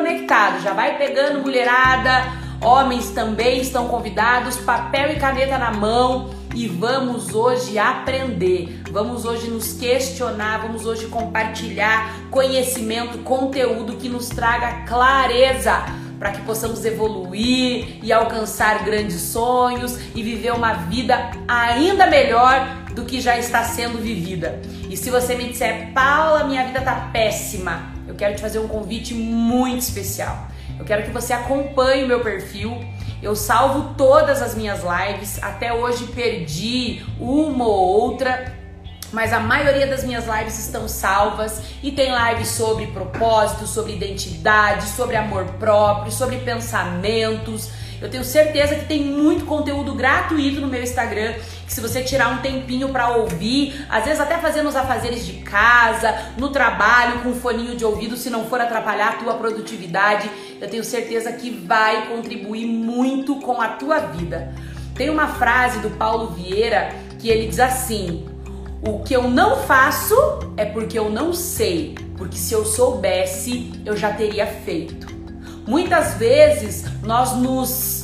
conectado. Já vai pegando, mulherada, homens também estão convidados, papel e caneta na mão e vamos hoje aprender. Vamos hoje nos questionar, vamos hoje compartilhar conhecimento, conteúdo que nos traga clareza para que possamos evoluir e alcançar grandes sonhos e viver uma vida ainda melhor do que já está sendo vivida. E se você me disser, Paula, minha vida tá péssima, eu quero te fazer um convite muito especial. Eu quero que você acompanhe o meu perfil. Eu salvo todas as minhas lives. Até hoje perdi uma ou outra, mas a maioria das minhas lives estão salvas. E tem lives sobre propósito, sobre identidade, sobre amor próprio, sobre pensamentos. Eu tenho certeza que tem muito conteúdo gratuito no meu Instagram, que se você tirar um tempinho para ouvir, às vezes até fazendo os afazeres de casa, no trabalho, com um foninho de ouvido, se não for atrapalhar a tua produtividade, eu tenho certeza que vai contribuir muito com a tua vida. Tem uma frase do Paulo Vieira que ele diz assim: o que eu não faço é porque eu não sei, porque se eu soubesse, eu já teria feito. Muitas vezes nós nos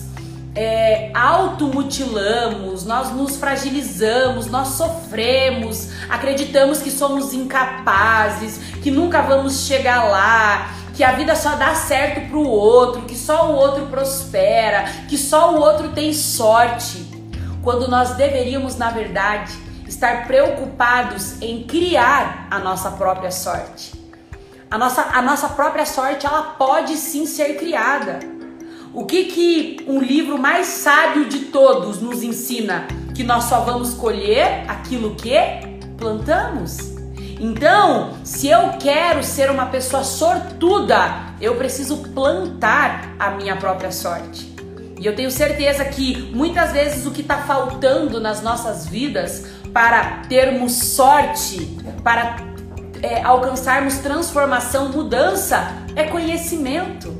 automutilamos, nós nos fragilizamos, nós sofremos, acreditamos que somos incapazes, que nunca vamos chegar lá, que a vida só dá certo pro outro, que só o outro prospera, que só o outro tem sorte, quando nós deveríamos, na verdade, estar preocupados em criar a nossa própria sorte. A nossa própria sorte, ela pode sim ser criada. O que um livro mais sábio de todos nos ensina? Que nós só vamos colher aquilo que plantamos. Então, se eu quero ser uma pessoa sortuda, eu preciso plantar a minha própria sorte. E eu tenho certeza que muitas vezes o que está faltando nas nossas vidas para termos sorte, para alcançarmos transformação, mudança, é conhecimento.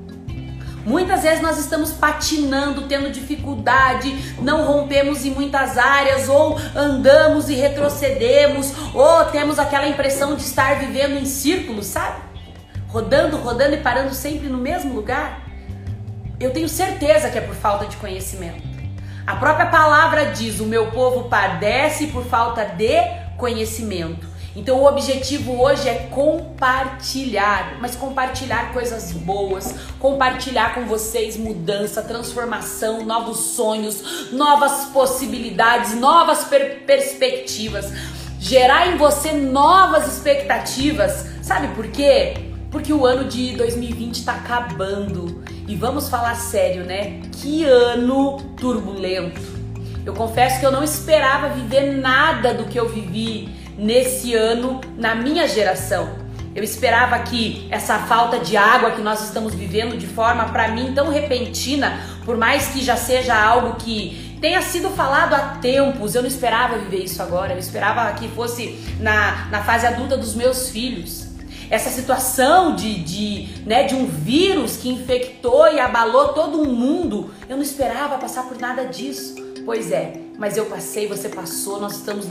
Muitas vezes nós estamos patinando, tendo dificuldade, não rompemos em muitas áreas, ou andamos e retrocedemos, ou temos aquela impressão de estar vivendo em círculos, sabe? Rodando e parando sempre no mesmo lugar. Eu tenho certeza que é por falta de conhecimento. A própria palavra diz: o meu povo padece por falta de conhecimento. Então o objetivo hoje é compartilhar, mas compartilhar coisas boas, compartilhar com vocês mudança, transformação, novos sonhos, novas possibilidades, novas perspectivas, gerar em você novas expectativas. Sabe por quê? Porque o ano de 2020 está acabando e vamos falar sério, né? Que ano turbulento. Eu confesso que eu não esperava viver nada do que eu vivi nesse ano, na minha geração. Eu esperava que essa falta de água que nós estamos vivendo de forma, para mim, tão repentina, por mais que já seja algo que tenha sido falado há tempos, eu não esperava viver isso agora. Eu esperava que fosse na fase adulta dos meus filhos. Essa situação de um vírus que infectou e abalou todo o mundo, eu não esperava passar por nada disso. Pois é, mas eu passei, você passou, nós estamos,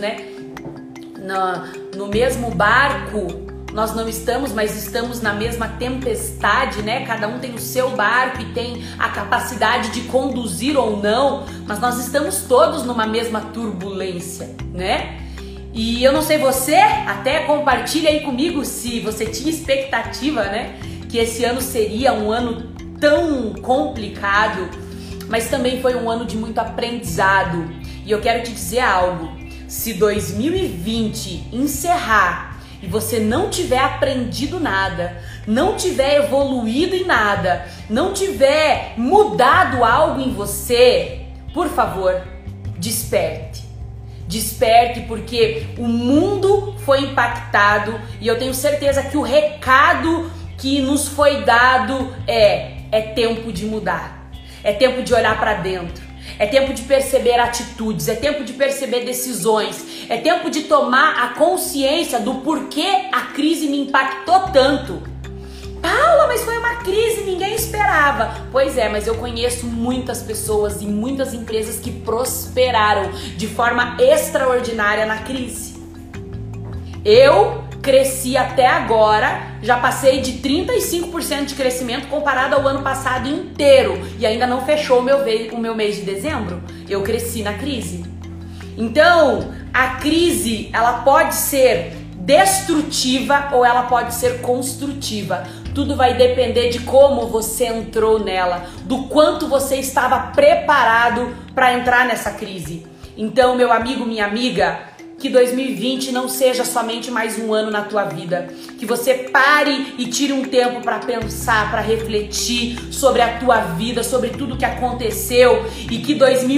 no mesmo barco. Nós não estamos, mas estamos na mesma tempestade, né? Cada um tem o seu barco e tem a capacidade de conduzir ou não, mas nós estamos todos numa mesma turbulência, né? E eu não sei você, até compartilha aí comigo se você tinha expectativa, né? Que esse ano seria um ano tão complicado, mas também foi um ano de muito aprendizado. E eu quero te dizer algo: se 2020 encerrar e você não tiver aprendido nada, não tiver evoluído em nada, não tiver mudado algo em você, por favor, desperte. Desperte, porque o mundo foi impactado e eu tenho certeza que o recado que nos foi dado é tempo de mudar, é tempo de olhar para dentro. É tempo de perceber atitudes, é tempo de perceber decisões, é tempo de tomar a consciência do porquê a crise me impactou tanto. Paula, mas foi uma crise, ninguém esperava. Pois é, mas eu conheço muitas pessoas e muitas empresas que prosperaram de forma extraordinária na crise. Eu cresci até agora, já passei de 35% de crescimento comparado ao ano passado inteiro e ainda não fechou o meu mês de dezembro. Eu cresci na crise. Então, a crise, ela pode ser destrutiva ou ela pode ser construtiva. Tudo vai depender de como você entrou nela, do quanto você estava preparado para entrar nessa crise. Então, meu amigo, minha amiga, que 2020 não seja somente mais um ano na tua vida. Que você pare e tire um tempo para pensar, para refletir sobre a tua vida, sobre tudo que aconteceu e que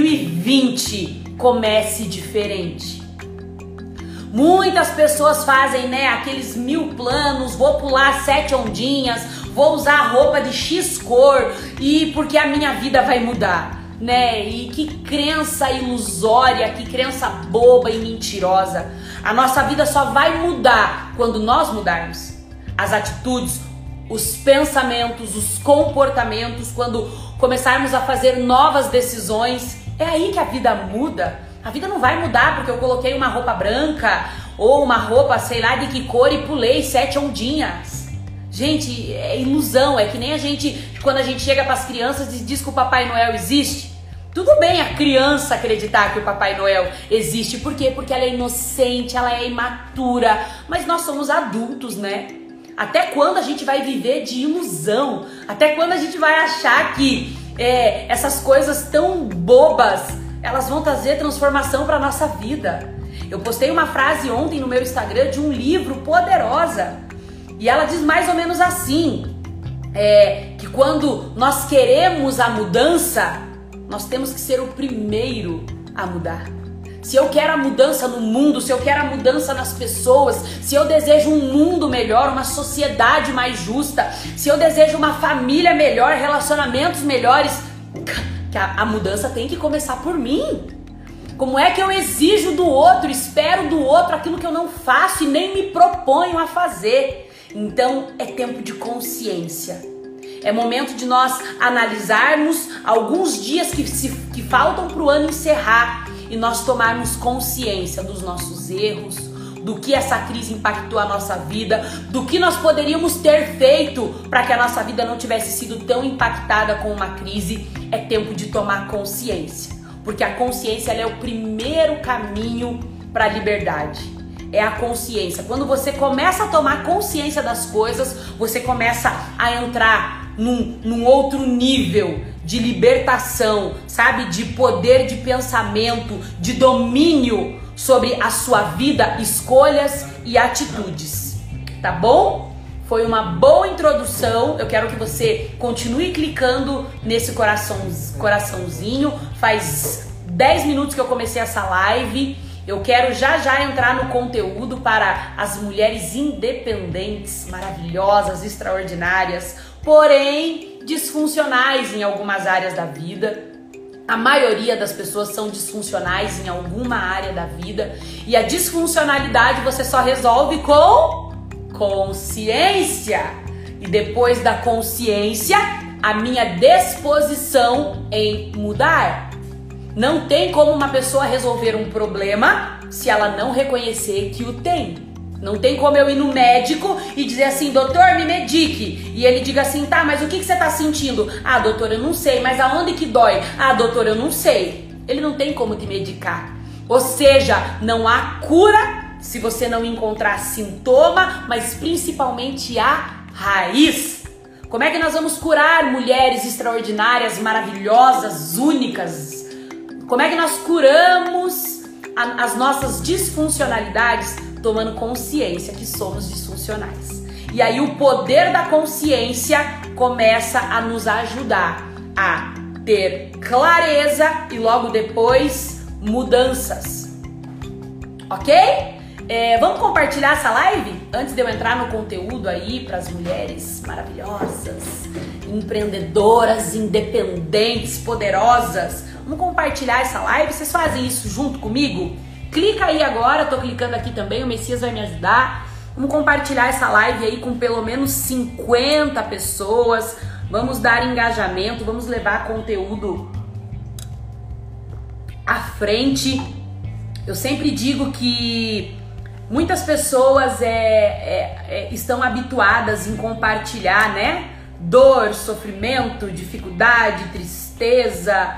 2020 comece diferente. Muitas pessoas fazem, né, aqueles 1000 planos, vou pular 7 ondinhas, vou usar roupa de X cor e porque a minha vida vai mudar, né? E que crença ilusória, que crença boba e mentirosa. A nossa vida só vai mudar quando nós mudarmos. As atitudes, os pensamentos, os comportamentos, quando começarmos a fazer novas decisões, é aí que a vida muda. A vida não vai mudar porque eu coloquei uma roupa branca ou uma roupa, sei lá de que cor e pulei 7 ondinhas. Gente, é ilusão, é que nem quando a gente chega para as crianças e diz que o Papai Noel existe. Tudo bem a criança acreditar que o Papai Noel existe, por quê? Porque ela é inocente, ela é imatura, mas nós somos adultos, né? Até quando a gente vai viver de ilusão? Até quando a gente vai achar que essas coisas tão bobas elas vão trazer transformação para nossa vida? Eu postei uma frase ontem no meu Instagram de um livro poderosa e ela diz mais ou menos assim, que quando nós queremos a mudança, nós temos que ser o primeiro a mudar. Se eu quero a mudança no mundo, se eu quero a mudança nas pessoas, se eu desejo um mundo melhor, uma sociedade mais justa, se eu desejo uma família melhor, relacionamentos melhores, a mudança tem que começar por mim. Como é que eu exijo do outro, espero do outro aquilo que eu não faço e nem me proponho a fazer? Então é tempo de consciência. É momento de nós analisarmos alguns dias que faltam para o ano encerrar e nós tomarmos consciência dos nossos erros, do que essa crise impactou a nossa vida, do que nós poderíamos ter feito para que a nossa vida não tivesse sido tão impactada com uma crise. É tempo de tomar consciência, porque a consciência ela é o primeiro caminho para a liberdade. É a consciência. Quando você começa a tomar consciência das coisas, você começa a entrar num outro nível de libertação, sabe? De poder de pensamento, de domínio sobre a sua vida, escolhas e atitudes, tá bom? Foi uma boa introdução, eu quero que você continue clicando nesse coraçãozinho. Faz 10 minutos que eu comecei essa live, eu quero já entrar no conteúdo para as mulheres independentes, maravilhosas, extraordinárias, porém disfuncionais em algumas áreas da vida. A maioria das pessoas são disfuncionais em alguma área da vida e a disfuncionalidade você só resolve com consciência. E depois da consciência, a minha disposição em mudar. Não tem como uma pessoa resolver um problema se ela não reconhecer que o tem. Não tem como eu ir no médico e dizer assim, doutor, me medique. E ele diga assim, tá, mas o que você tá sentindo? Ah, doutor, eu não sei, mas aonde que dói? Ah, doutor, eu não sei. Ele não tem como te medicar. Ou seja, não há cura se você não encontrar sintoma, mas principalmente a raiz. Como é que nós vamos curar mulheres extraordinárias, maravilhosas, únicas? Como é que nós curamos as nossas disfuncionalidades? Tomando consciência que somos disfuncionais. E aí o poder da consciência começa a nos ajudar a ter clareza e logo depois mudanças. Ok? Vamos compartilhar essa live? Antes de eu entrar no conteúdo aí para as mulheres maravilhosas, empreendedoras, independentes, poderosas. Vamos compartilhar essa live? Vocês fazem isso junto comigo? Clica aí agora, tô clicando aqui também, o Messias vai me ajudar. Vamos compartilhar essa live aí com pelo menos 50 pessoas. Vamos dar engajamento, vamos levar conteúdo à frente. Eu sempre digo que Muitas pessoas estão habituadas em compartilhar, né? Dor, sofrimento, dificuldade, tristeza,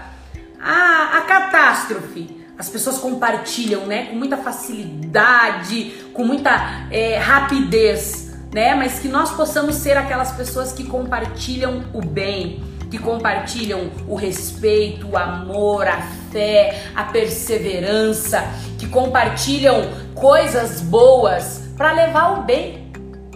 a catástrofe. As pessoas compartilham, né? Com muita facilidade, com muita rapidez, né? Mas que nós possamos ser aquelas pessoas que compartilham o bem, que compartilham o respeito, o amor, a fé, a perseverança, que compartilham coisas boas para levar o bem,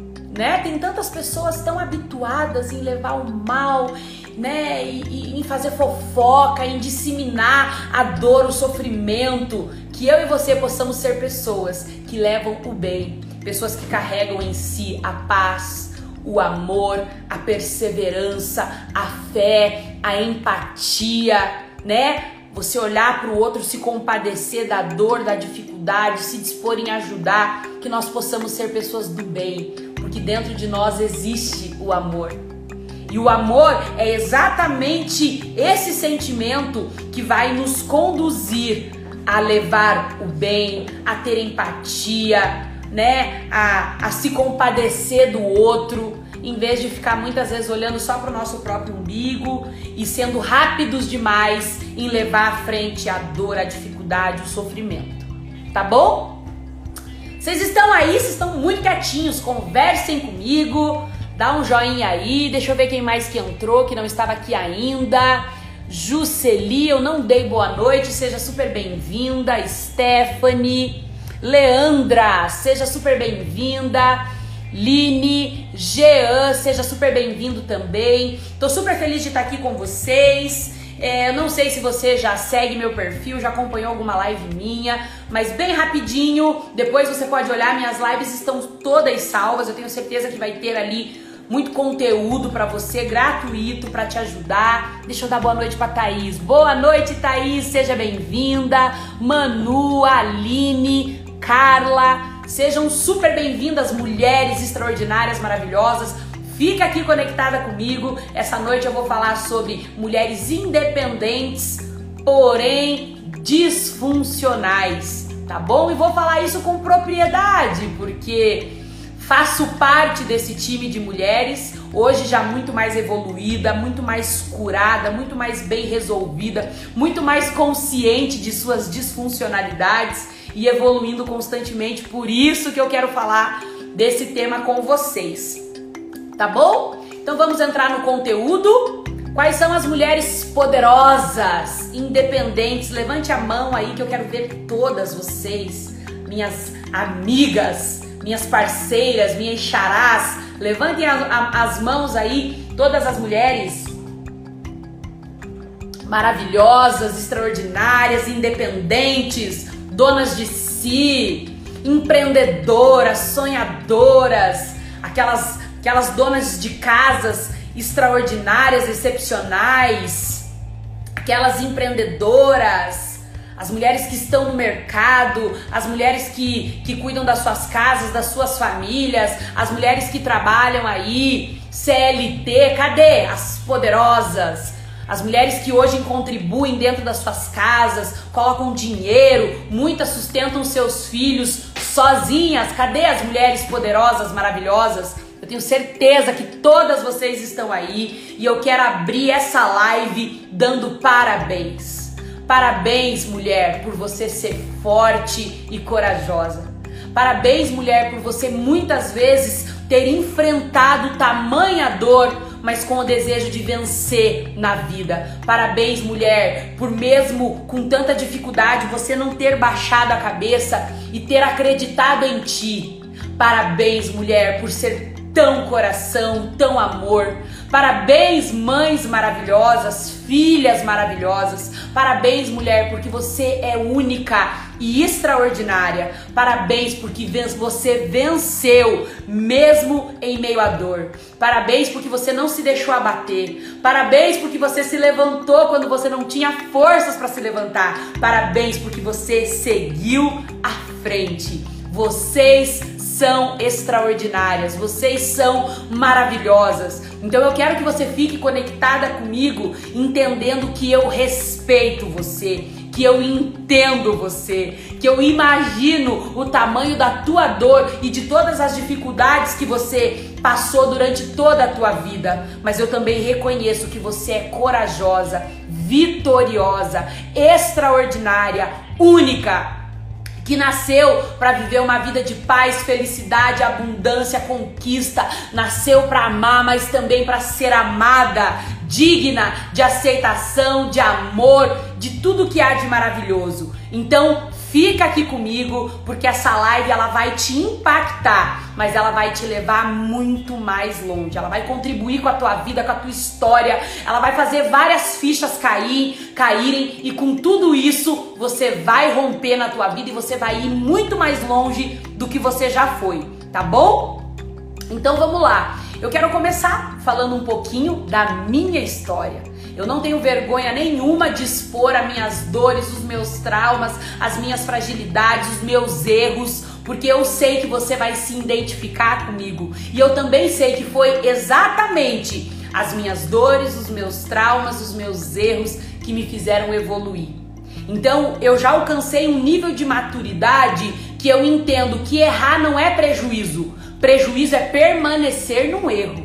né? Tem tantas pessoas tão habituadas em levar o mal, né? E em fazer fofoca, em disseminar a dor, o sofrimento, que eu e você possamos ser pessoas que levam o bem, pessoas que carregam em si a paz, o amor, a perseverança, a fé, a empatia, né? Você olhar para o outro, se compadecer da dor, da dificuldade, se dispor em ajudar, que nós possamos ser pessoas do bem, porque dentro de nós existe o amor. E o amor é exatamente esse sentimento que vai nos conduzir a levar o bem, a ter empatia, né? A se compadecer do outro, em vez de ficar muitas vezes olhando só para o nosso próprio umbigo e sendo rápidos demais em levar à frente a dor, a dificuldade, o sofrimento. Tá bom? Vocês estão aí, vocês estão muito quietinhos, conversem comigo, dá um joinha aí, deixa eu ver quem mais que entrou, que não estava aqui ainda. Jusceli, eu não dei boa noite, seja super bem-vinda. Stephanie, Leandra, seja super bem-vinda. Line, Jean, seja super bem-vindo também. Tô super feliz de estar aqui com vocês. Eu não sei se você já segue meu perfil, já acompanhou alguma live minha, mas bem rapidinho, depois você pode olhar, minhas lives estão todas salvas. Eu tenho certeza que vai ter ali muito conteúdo para você, gratuito, para te ajudar. Deixa eu dar boa noite para Thaís. Boa noite, Thaís, seja bem-vinda. Manu, Aline, Carla, sejam super bem-vindas, mulheres extraordinárias, maravilhosas. Fica aqui conectada comigo. Essa noite eu vou falar sobre mulheres independentes, porém disfuncionais, tá bom? E vou falar isso com propriedade, porque faço parte desse time de mulheres, hoje já muito mais evoluída, muito mais curada, muito mais bem resolvida, muito mais consciente de suas disfuncionalidades e evoluindo constantemente. Por isso que eu quero falar desse tema com vocês, tá bom? Então vamos entrar no conteúdo. Quais são as mulheres poderosas, independentes? Levante a mão aí que eu quero ver todas vocês, minhas amigas, minhas parceiras, minhas xarás. Levantem as mãos aí, todas as mulheres maravilhosas, extraordinárias, independentes, donas de si, empreendedoras, sonhadoras, aquelas donas de casas extraordinárias, excepcionais, aquelas empreendedoras, as mulheres que estão no mercado, as mulheres que cuidam das suas casas, das suas famílias, as mulheres que trabalham aí, CLT, cadê as poderosas? As mulheres que hoje contribuem dentro das suas casas, colocam dinheiro, muitas sustentam seus filhos sozinhas. Cadê as mulheres poderosas, maravilhosas? Eu tenho certeza que todas vocês estão aí e eu quero abrir essa live dando parabéns. Parabéns, mulher, por você ser forte e corajosa. Parabéns, mulher, por você muitas vezes ter enfrentado tamanha dor, mas com o desejo de vencer na vida. Parabéns, mulher, por mesmo com tanta dificuldade você não ter baixado a cabeça e ter acreditado em ti. Parabéns, mulher, por ser tão coração, tão amor. Parabéns, mães maravilhosas, filhas maravilhosas. Parabéns, mulher, porque você é única e extraordinária. Parabéns porque você venceu mesmo em meio à dor. Parabéns porque você não se deixou abater. Parabéns porque você se levantou quando você não tinha forças para se levantar. Parabéns porque você seguiu à frente. Vocês são extraordinárias, vocês são maravilhosas. Então eu quero que você fique conectada comigo, entendendo que eu respeito você, que eu entendo você, que eu imagino o tamanho da tua dor e de todas as dificuldades que você passou durante toda a tua vida, mas eu também reconheço que você é corajosa, vitoriosa, extraordinária, única, que nasceu para viver uma vida de paz, felicidade, abundância, conquista, nasceu para amar, mas também para ser amada, digna de aceitação, de amor, de tudo que há de maravilhoso. Então, fica aqui comigo, porque essa live ela vai te impactar, mas ela vai te levar muito mais longe. Ela vai contribuir com a tua vida, com a tua história. Ela vai fazer várias fichas caírem e com tudo isso você vai romper na tua vida e você vai ir muito mais longe do que você já foi, tá bom? Então vamos lá. Eu quero começar falando um pouquinho da minha história. Eu não tenho vergonha nenhuma de expor as minhas dores, os meus traumas, as minhas fragilidades, os meus erros, porque eu sei que você vai se identificar comigo. E eu também sei que foi exatamente as minhas dores, os meus traumas, os meus erros que me fizeram evoluir. Então, eu já alcancei um nível de maturidade que eu entendo que errar não é prejuízo. Prejuízo é permanecer no erro.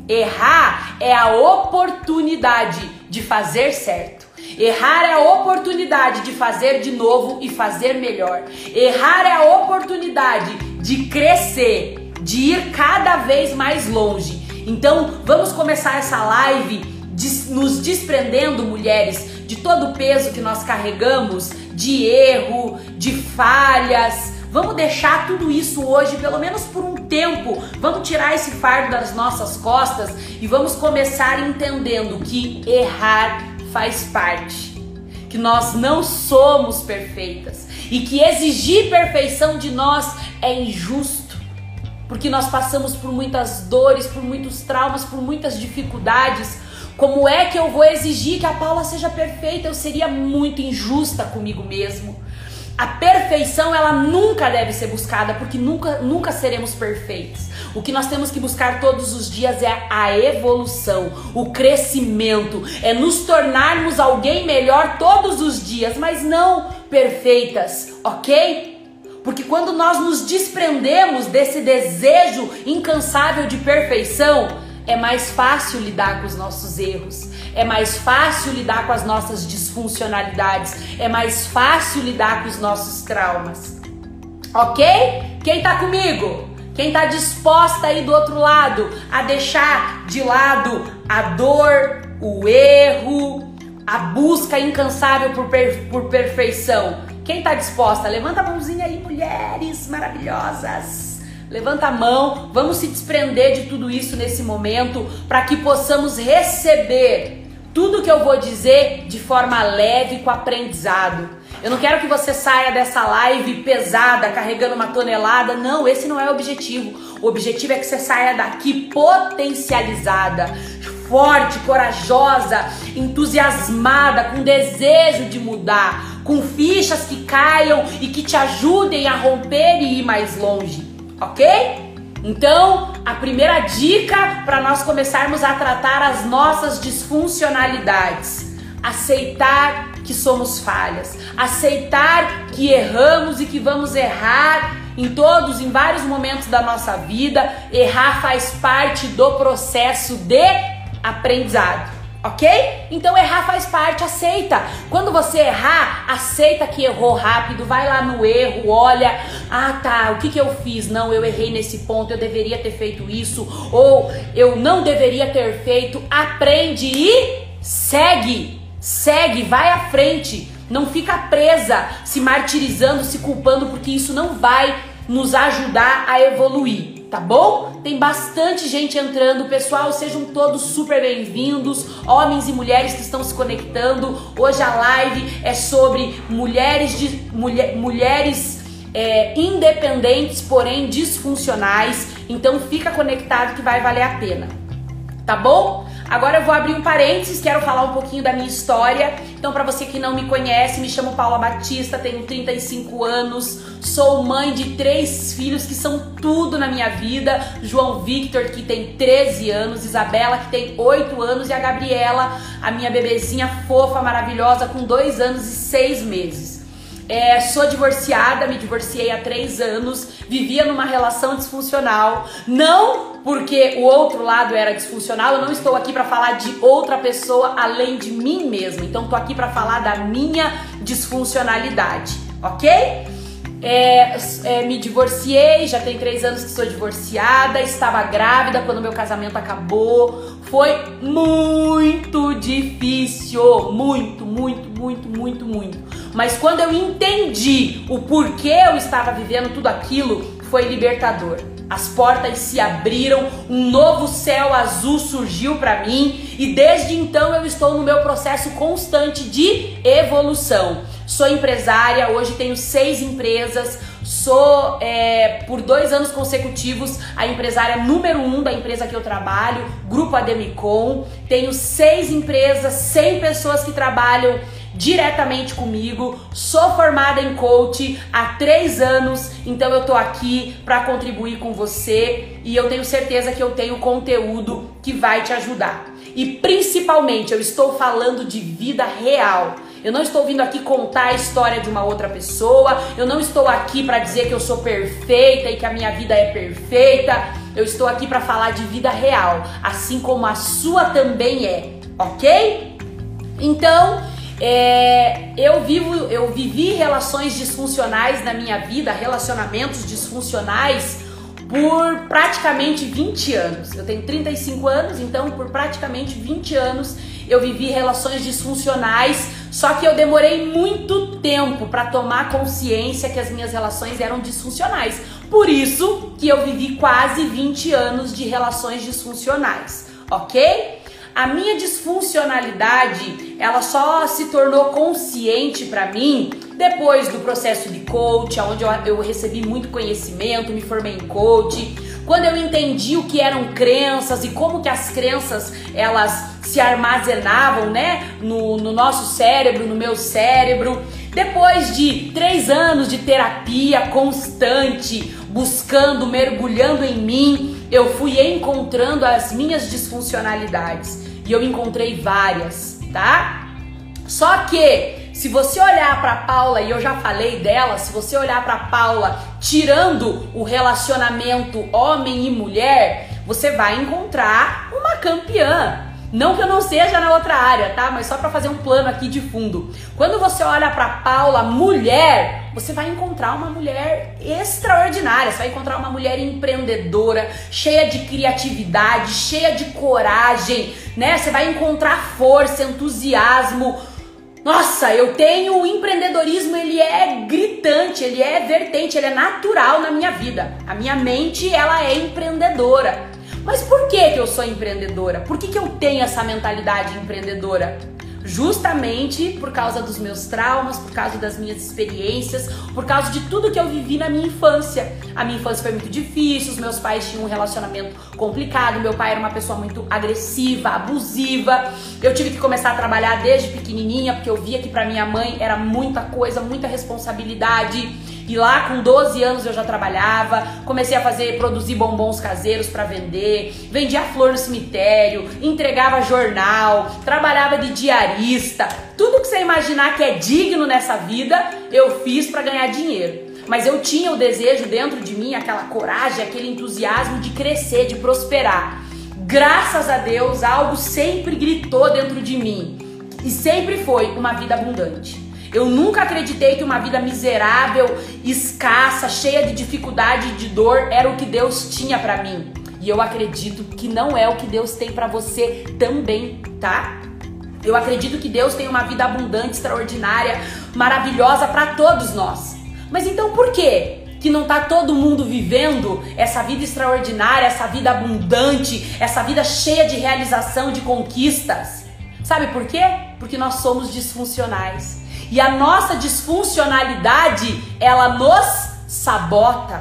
Errar é a oportunidade de fazer certo. Errar é a oportunidade de fazer de novo e fazer melhor. Errar é a oportunidade de crescer, de ir cada vez mais longe. Então, vamos começar essa live nos desprendendo, mulheres, de todo o peso que nós carregamos, de erro, de falhas. Vamos deixar tudo isso hoje, pelo menos por um tempo. Vamos tirar esse fardo das nossas costas e vamos começar entendendo que errar faz parte, que nós não somos perfeitas e que exigir perfeição de nós é injusto, porque nós passamos por muitas dores, por muitos traumas, por muitas dificuldades. Como é que eu vou exigir que a Paula seja perfeita? Eu seria muito injusta comigo mesmo. A perfeição, ela nunca deve ser buscada, porque nunca seremos perfeitos. O que nós temos que buscar todos os dias é a evolução, o crescimento, é nos tornarmos alguém melhor todos os dias, mas não perfeitas, ok? Porque quando nós nos desprendemos desse desejo incansável de perfeição, é mais fácil lidar com os nossos erros, é mais fácil lidar com as nossas disfuncionalidades, é mais fácil lidar com os nossos traumas, ok? Quem tá comigo? Quem tá disposta aí do outro lado a deixar de lado a dor, o erro, a busca incansável por perfeição? Quem tá disposta? Levanta a mãozinha aí, mulheres maravilhosas. Levanta a mão, vamos se desprender de tudo isso nesse momento para que possamos receber tudo que eu vou dizer de forma leve, com aprendizado. Eu não quero que você saia dessa live pesada, carregando uma tonelada. Não, esse não é o objetivo. O objetivo é que você saia daqui potencializada, forte, corajosa, entusiasmada, com desejo de mudar, com fichas que caiam e que te ajudem a romper e ir mais longe. Ok? Então, a primeira dica para nós começarmos a tratar as nossas disfuncionalidades: aceitar que somos falhas, aceitar que erramos e que vamos errar em vários momentos da nossa vida. Errar faz parte do processo de aprendizado. Ok? Então errar faz parte, aceita. Quando você errar, aceita que errou rápido, vai lá no erro, olha, o que eu fiz? Não, eu errei nesse ponto, eu deveria ter feito isso, ou eu não deveria ter feito. Aprende e segue, vai à frente. Não fica presa, se martirizando, se culpando, porque isso não vai nos ajudar a evoluir. Tá bom? Tem bastante gente entrando, pessoal, sejam todos super bem-vindos, homens e mulheres que estão se conectando. Hoje a live é sobre mulheres independentes, porém disfuncionais. Então fica conectado que vai valer a pena, tá bom? Agora eu vou abrir um parênteses, quero falar um pouquinho da minha história. Então, para você que não me conhece, me chamo Paula Batista, tenho 35 anos, sou mãe de 3 filhos que são tudo na minha vida. João Victor, que tem 13 anos, Isabela, que tem 8 anos, e a Gabriela, a minha bebezinha fofa, maravilhosa, com 2 anos e 6 meses. Sou divorciada, me divorciei há 3 anos, vivia numa relação disfuncional, não porque o outro lado era disfuncional, eu não estou aqui para falar de outra pessoa além de mim mesma, então tô aqui para falar da minha disfuncionalidade, ok? Me divorciei, já tem 3 anos que sou divorciada, estava grávida quando meu casamento acabou, foi muito difícil, muito. Mas quando eu entendi o porquê eu estava vivendo tudo aquilo, foi libertador. As portas se abriram, um novo céu azul surgiu para mim e desde então eu estou no meu processo constante de evolução. Sou empresária, hoje tenho 6 empresas, sou por 2 anos consecutivos a empresária número 1 da empresa que eu trabalho, Grupo Ademicon. Tenho 6 empresas, 100 pessoas que trabalham diretamente comigo, sou formada em coach há 3 anos, então eu tô aqui para contribuir com você e eu tenho certeza que eu tenho conteúdo que vai te ajudar. E principalmente eu estou falando de vida real. Eu não estou vindo aqui contar a história de uma outra pessoa, eu não estou aqui para dizer que eu sou perfeita e que a minha vida é perfeita. Eu estou aqui para falar de vida real, assim como a sua também é, ok? Então, eu vivi relações disfuncionais na minha vida, relacionamentos disfuncionais por praticamente 20 anos. Eu tenho 35 anos, então por praticamente 20 anos eu vivi relações disfuncionais, só que eu demorei muito tempo para tomar consciência que as minhas relações eram disfuncionais. Por isso que eu vivi quase 20 anos de relações disfuncionais, ok? A minha disfuncionalidade, ela só se tornou consciente para mim depois do processo de coach, onde eu recebi muito conhecimento, me formei em coach, quando eu entendi o que eram crenças e como que as crenças, elas se armazenavam, né, no nosso cérebro, no meu cérebro. Depois de 3 anos de terapia constante, buscando, mergulhando em mim, eu fui encontrando as minhas disfuncionalidades. E eu encontrei várias, tá? Só que, se você olhar pra Paula, e eu já falei dela, se você olhar pra Paula tirando o relacionamento homem e mulher, você vai encontrar uma campeã. Não que eu não seja na outra área, tá? Mas só pra fazer um plano aqui de fundo. Quando você olha pra Paula, mulher, você vai encontrar uma mulher extraordinária. Você vai encontrar uma mulher empreendedora, cheia de criatividade, cheia de coragem, né? Você vai encontrar força, entusiasmo. Nossa, o empreendedorismo, ele é gritante, ele é vertente, ele é natural na minha vida. A minha mente, ela é empreendedora. Mas por que eu sou empreendedora? Por que eu tenho essa mentalidade empreendedora? Justamente por causa dos meus traumas, por causa das minhas experiências, por causa de tudo que eu vivi na minha infância. A minha infância foi muito difícil, os meus pais tinham um relacionamento complicado, meu pai era uma pessoa muito agressiva, abusiva. Eu tive que começar a trabalhar desde pequenininha, porque eu via que pra minha mãe era muita coisa, muita responsabilidade. E lá com 12 anos eu já trabalhava, comecei a produzir bombons caseiros para vender, vendia flor no cemitério, entregava jornal, trabalhava de diarista. Tudo que você imaginar que é digno nessa vida, eu fiz para ganhar dinheiro. Mas eu tinha o desejo dentro de mim, aquela coragem, aquele entusiasmo de crescer, de prosperar. Graças a Deus, algo sempre gritou dentro de mim e sempre foi uma vida abundante. Eu nunca acreditei que uma vida miserável, escassa, cheia de dificuldade e de dor era o que Deus tinha pra mim. E eu acredito que não é o que Deus tem pra você também, tá? Eu acredito que Deus tem uma vida abundante, extraordinária, maravilhosa pra todos nós. Mas então por quê que não tá todo mundo vivendo essa vida extraordinária, essa vida abundante, essa vida cheia de realização, de conquistas? Sabe por quê? Porque nós somos disfuncionais. E a nossa disfuncionalidade, ela nos sabota.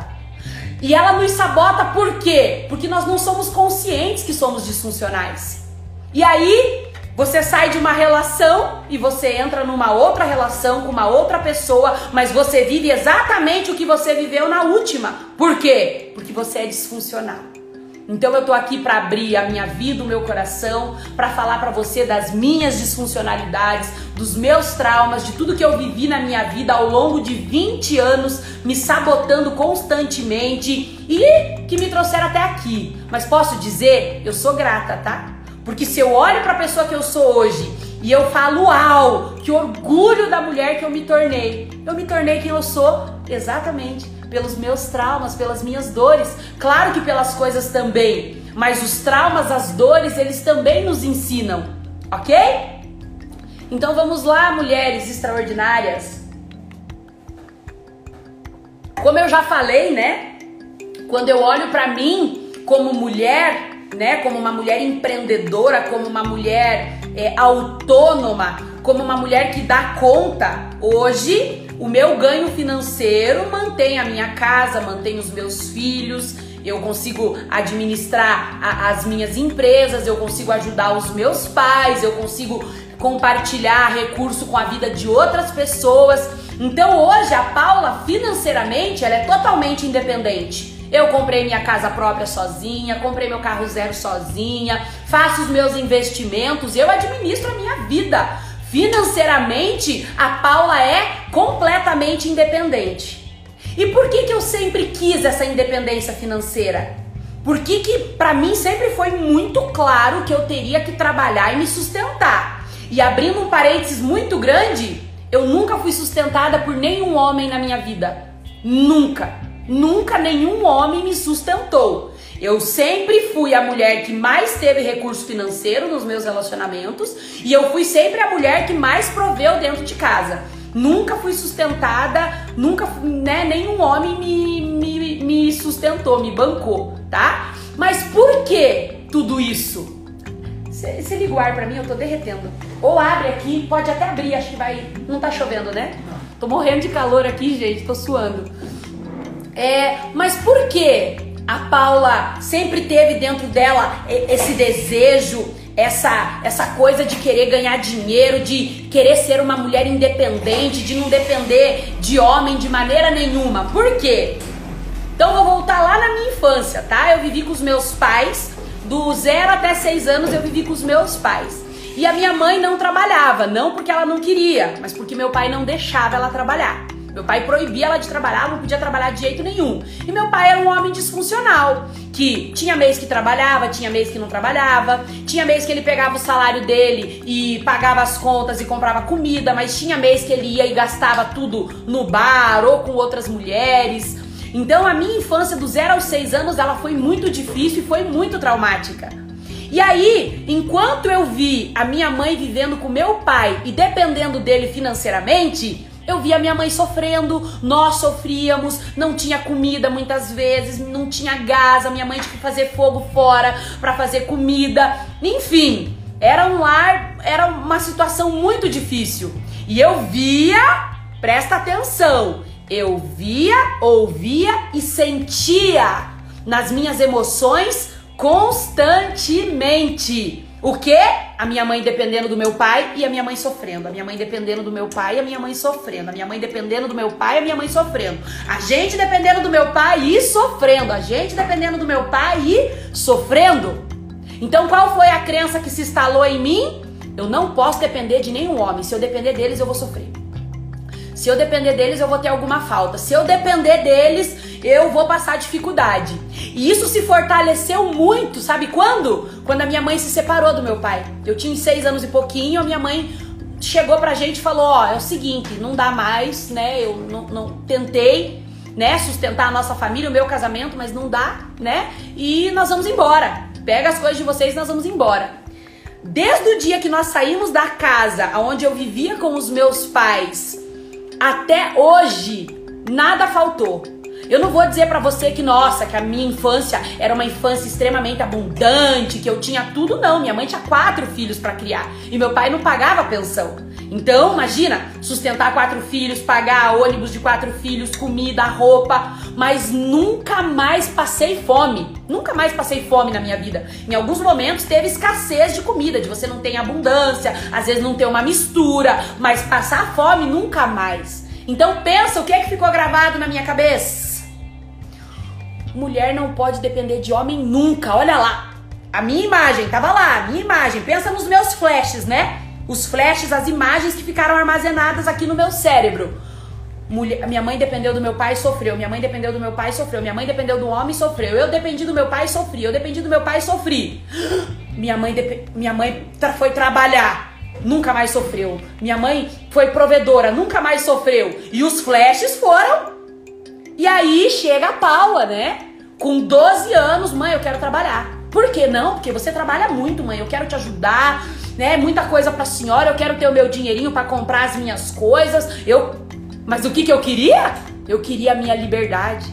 E ela nos sabota por quê? Porque nós não somos conscientes que somos disfuncionais. E aí, você sai de uma relação e você entra numa outra relação com uma outra pessoa, mas você vive exatamente o que você viveu na última. Por quê? Porque você é disfuncional. Então eu tô aqui para abrir a minha vida, o meu coração, para falar para você das minhas disfuncionalidades, dos meus traumas, de tudo que eu vivi na minha vida ao longo de 20 anos, me sabotando constantemente e que me trouxeram até aqui. Mas posso dizer, eu sou grata, tá? Porque se eu olho para a pessoa que eu sou hoje e eu falo, uau, que orgulho da mulher que eu me tornei quem eu sou exatamente pelos meus traumas, pelas minhas dores, claro que pelas coisas também, mas os traumas, as dores, eles também nos ensinam, ok? Então vamos lá, mulheres extraordinárias. Como eu já falei, né? Quando eu olho pra mim como mulher, né? Como uma mulher empreendedora, como uma mulher autônoma, como uma mulher que dá conta, hoje o meu ganho financeiro mantém a minha casa, mantém os meus filhos, eu consigo administrar as minhas empresas, eu consigo ajudar os meus pais, eu consigo compartilhar recurso com a vida de outras pessoas. Então hoje a Paula financeiramente ela é totalmente independente. Eu comprei minha casa própria sozinha, comprei meu carro zero sozinha, faço os meus investimentos, eu administro a minha vida. Financeiramente, a Paula é completamente independente. E por que eu sempre quis essa independência financeira? Porque que pra mim sempre foi muito claro que eu teria que trabalhar e me sustentar. E abrindo um parênteses muito grande, eu nunca fui sustentada por nenhum homem na minha vida. Nunca. Nunca nenhum homem me sustentou. Eu sempre fui a mulher que mais teve recurso financeiro nos meus relacionamentos e eu fui sempre a mulher que mais proveu dentro de casa. Nunca fui sustentada, nunca, né, nenhum homem me sustentou, me bancou, tá? Mas por que tudo isso? Se liga o ar pra mim, eu tô derretendo. Ou abre aqui, pode até abrir, acho que vai... Não tá chovendo, né? Tô morrendo de calor aqui, gente, tô suando. Mas por que a Paula sempre teve dentro dela esse desejo, essa coisa de querer ganhar dinheiro, de querer ser uma mulher independente, de não depender de homem de maneira nenhuma? Por quê? Então eu vou voltar lá na minha infância, tá? Eu vivi com os meus pais, do 0 até 6 anos eu vivi com os meus pais. E a minha mãe não trabalhava, não porque ela não queria, mas porque meu pai não deixava ela trabalhar. Meu pai proibia ela de trabalhar, não podia trabalhar de jeito nenhum. E meu pai era um homem disfuncional, que tinha mês que trabalhava, tinha mês que não trabalhava, tinha mês que ele pegava o salário dele e pagava as contas e comprava comida, mas tinha mês que ele ia e gastava tudo no bar ou com outras mulheres. Então a minha infância do 0 aos 6 anos, ela foi muito difícil e foi muito traumática. E aí, enquanto eu vi a minha mãe vivendo com meu pai e dependendo dele financeiramente, eu via minha mãe sofrendo, nós sofríamos, não tinha comida muitas vezes, não tinha gás, a minha mãe tinha que fazer fogo fora para fazer comida, enfim, era um lar, era uma situação muito difícil. E eu via, presta atenção, eu via, ouvia e sentia nas minhas emoções constantemente. O quê? A minha mãe dependendo do meu pai e a minha mãe sofrendo. A minha mãe dependendo do meu pai e a minha mãe sofrendo. A minha mãe dependendo do meu pai e a minha mãe sofrendo. A gente dependendo do meu pai e sofrendo. A gente dependendo do meu pai e sofrendo. Então qual foi a crença que se instalou em mim? Eu não posso depender de nenhum homem. Se eu depender deles, eu vou sofrer. Se eu depender deles, eu vou ter alguma falta. Se eu depender deles, eu vou passar dificuldade. E isso se fortaleceu muito, sabe quando? Quando a minha mãe se separou do meu pai. Eu tinha 6 anos e pouquinho, a minha mãe chegou pra gente e falou, ó, é o seguinte, não dá mais, né, eu não tentei, né, sustentar a nossa família, o meu casamento, mas não dá, né, e nós vamos embora. Pega as coisas de vocês e nós vamos embora. Desde o dia que nós saímos da casa onde eu vivia com os meus pais, até hoje, nada faltou. Eu não vou dizer pra você que, nossa, que a minha infância era uma infância extremamente abundante, que eu tinha tudo, não. Minha mãe tinha 4 filhos pra criar e meu pai não pagava pensão. Então, imagina, sustentar 4 filhos, pagar ônibus de 4 filhos, comida, roupa, mas nunca mais passei fome. Nunca mais passei fome na minha vida. Em alguns momentos teve escassez de comida, de você não ter abundância, às vezes não ter uma mistura, mas passar fome nunca mais. Então pensa o que é que ficou gravado na minha cabeça. mulher não pode depender de homem nunca. Olha lá, a minha imagem, tava lá, a minha imagem. Pensa nos meus flashes, né? Os flashes, as imagens que ficaram armazenadas aqui no meu cérebro. Minha mãe dependeu do meu pai e sofreu. Minha mãe dependeu do meu pai e sofreu. Minha mãe dependeu do homem e sofreu. Eu dependi do meu pai e sofri. Eu dependi do meu pai e sofri. Minha mãe foi trabalhar, nunca mais sofreu. Minha mãe foi provedora, nunca mais sofreu. E os flashes foram. E aí chega a Paula, né? Com 12 anos, mãe, eu quero trabalhar. Por que não? Porque você trabalha muito, mãe. Eu quero te ajudar, né? Muita coisa pra senhora. Eu quero ter o meu dinheirinho pra comprar as minhas coisas. Mas o que eu queria? Eu queria a minha liberdade.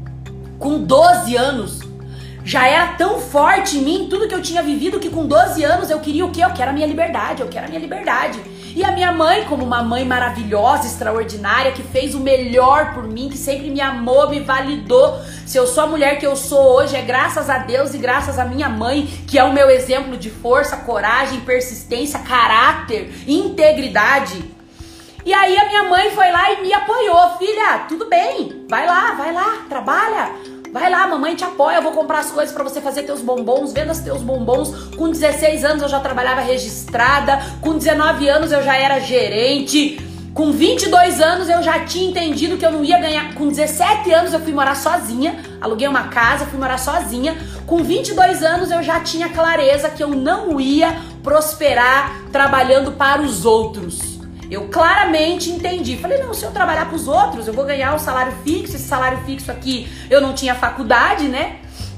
Com 12 anos, já era tão forte em mim tudo que eu tinha vivido que com 12 anos eu queria o quê? Eu quero a minha liberdade, eu quero a minha liberdade. E a minha mãe, como uma mãe maravilhosa, extraordinária, que fez o melhor por mim, que sempre me amou, me validou. Se eu sou a mulher que eu sou hoje, é graças a Deus e graças à minha mãe, que é o meu exemplo de força, coragem, persistência, caráter, integridade. E aí a minha mãe foi lá e me apoiou. Filha, tudo bem, vai lá, trabalha. Vai lá, mamãe te apoia, eu vou comprar as coisas pra você fazer teus bombons, venda os teus bombons. Com 16 anos eu já trabalhava registrada, com 19 anos eu já era gerente, com 22 anos eu já tinha entendido que eu não ia ganhar. Com 17 anos eu fui morar sozinha, aluguei uma casa, fui morar sozinha. Com 22 anos eu já tinha clareza que eu não ia prosperar trabalhando para os outros. Eu claramente entendi. Falei, não, se eu trabalhar para os outros, eu vou ganhar um salário fixo. Esse salário fixo aqui, eu não tinha faculdade, né?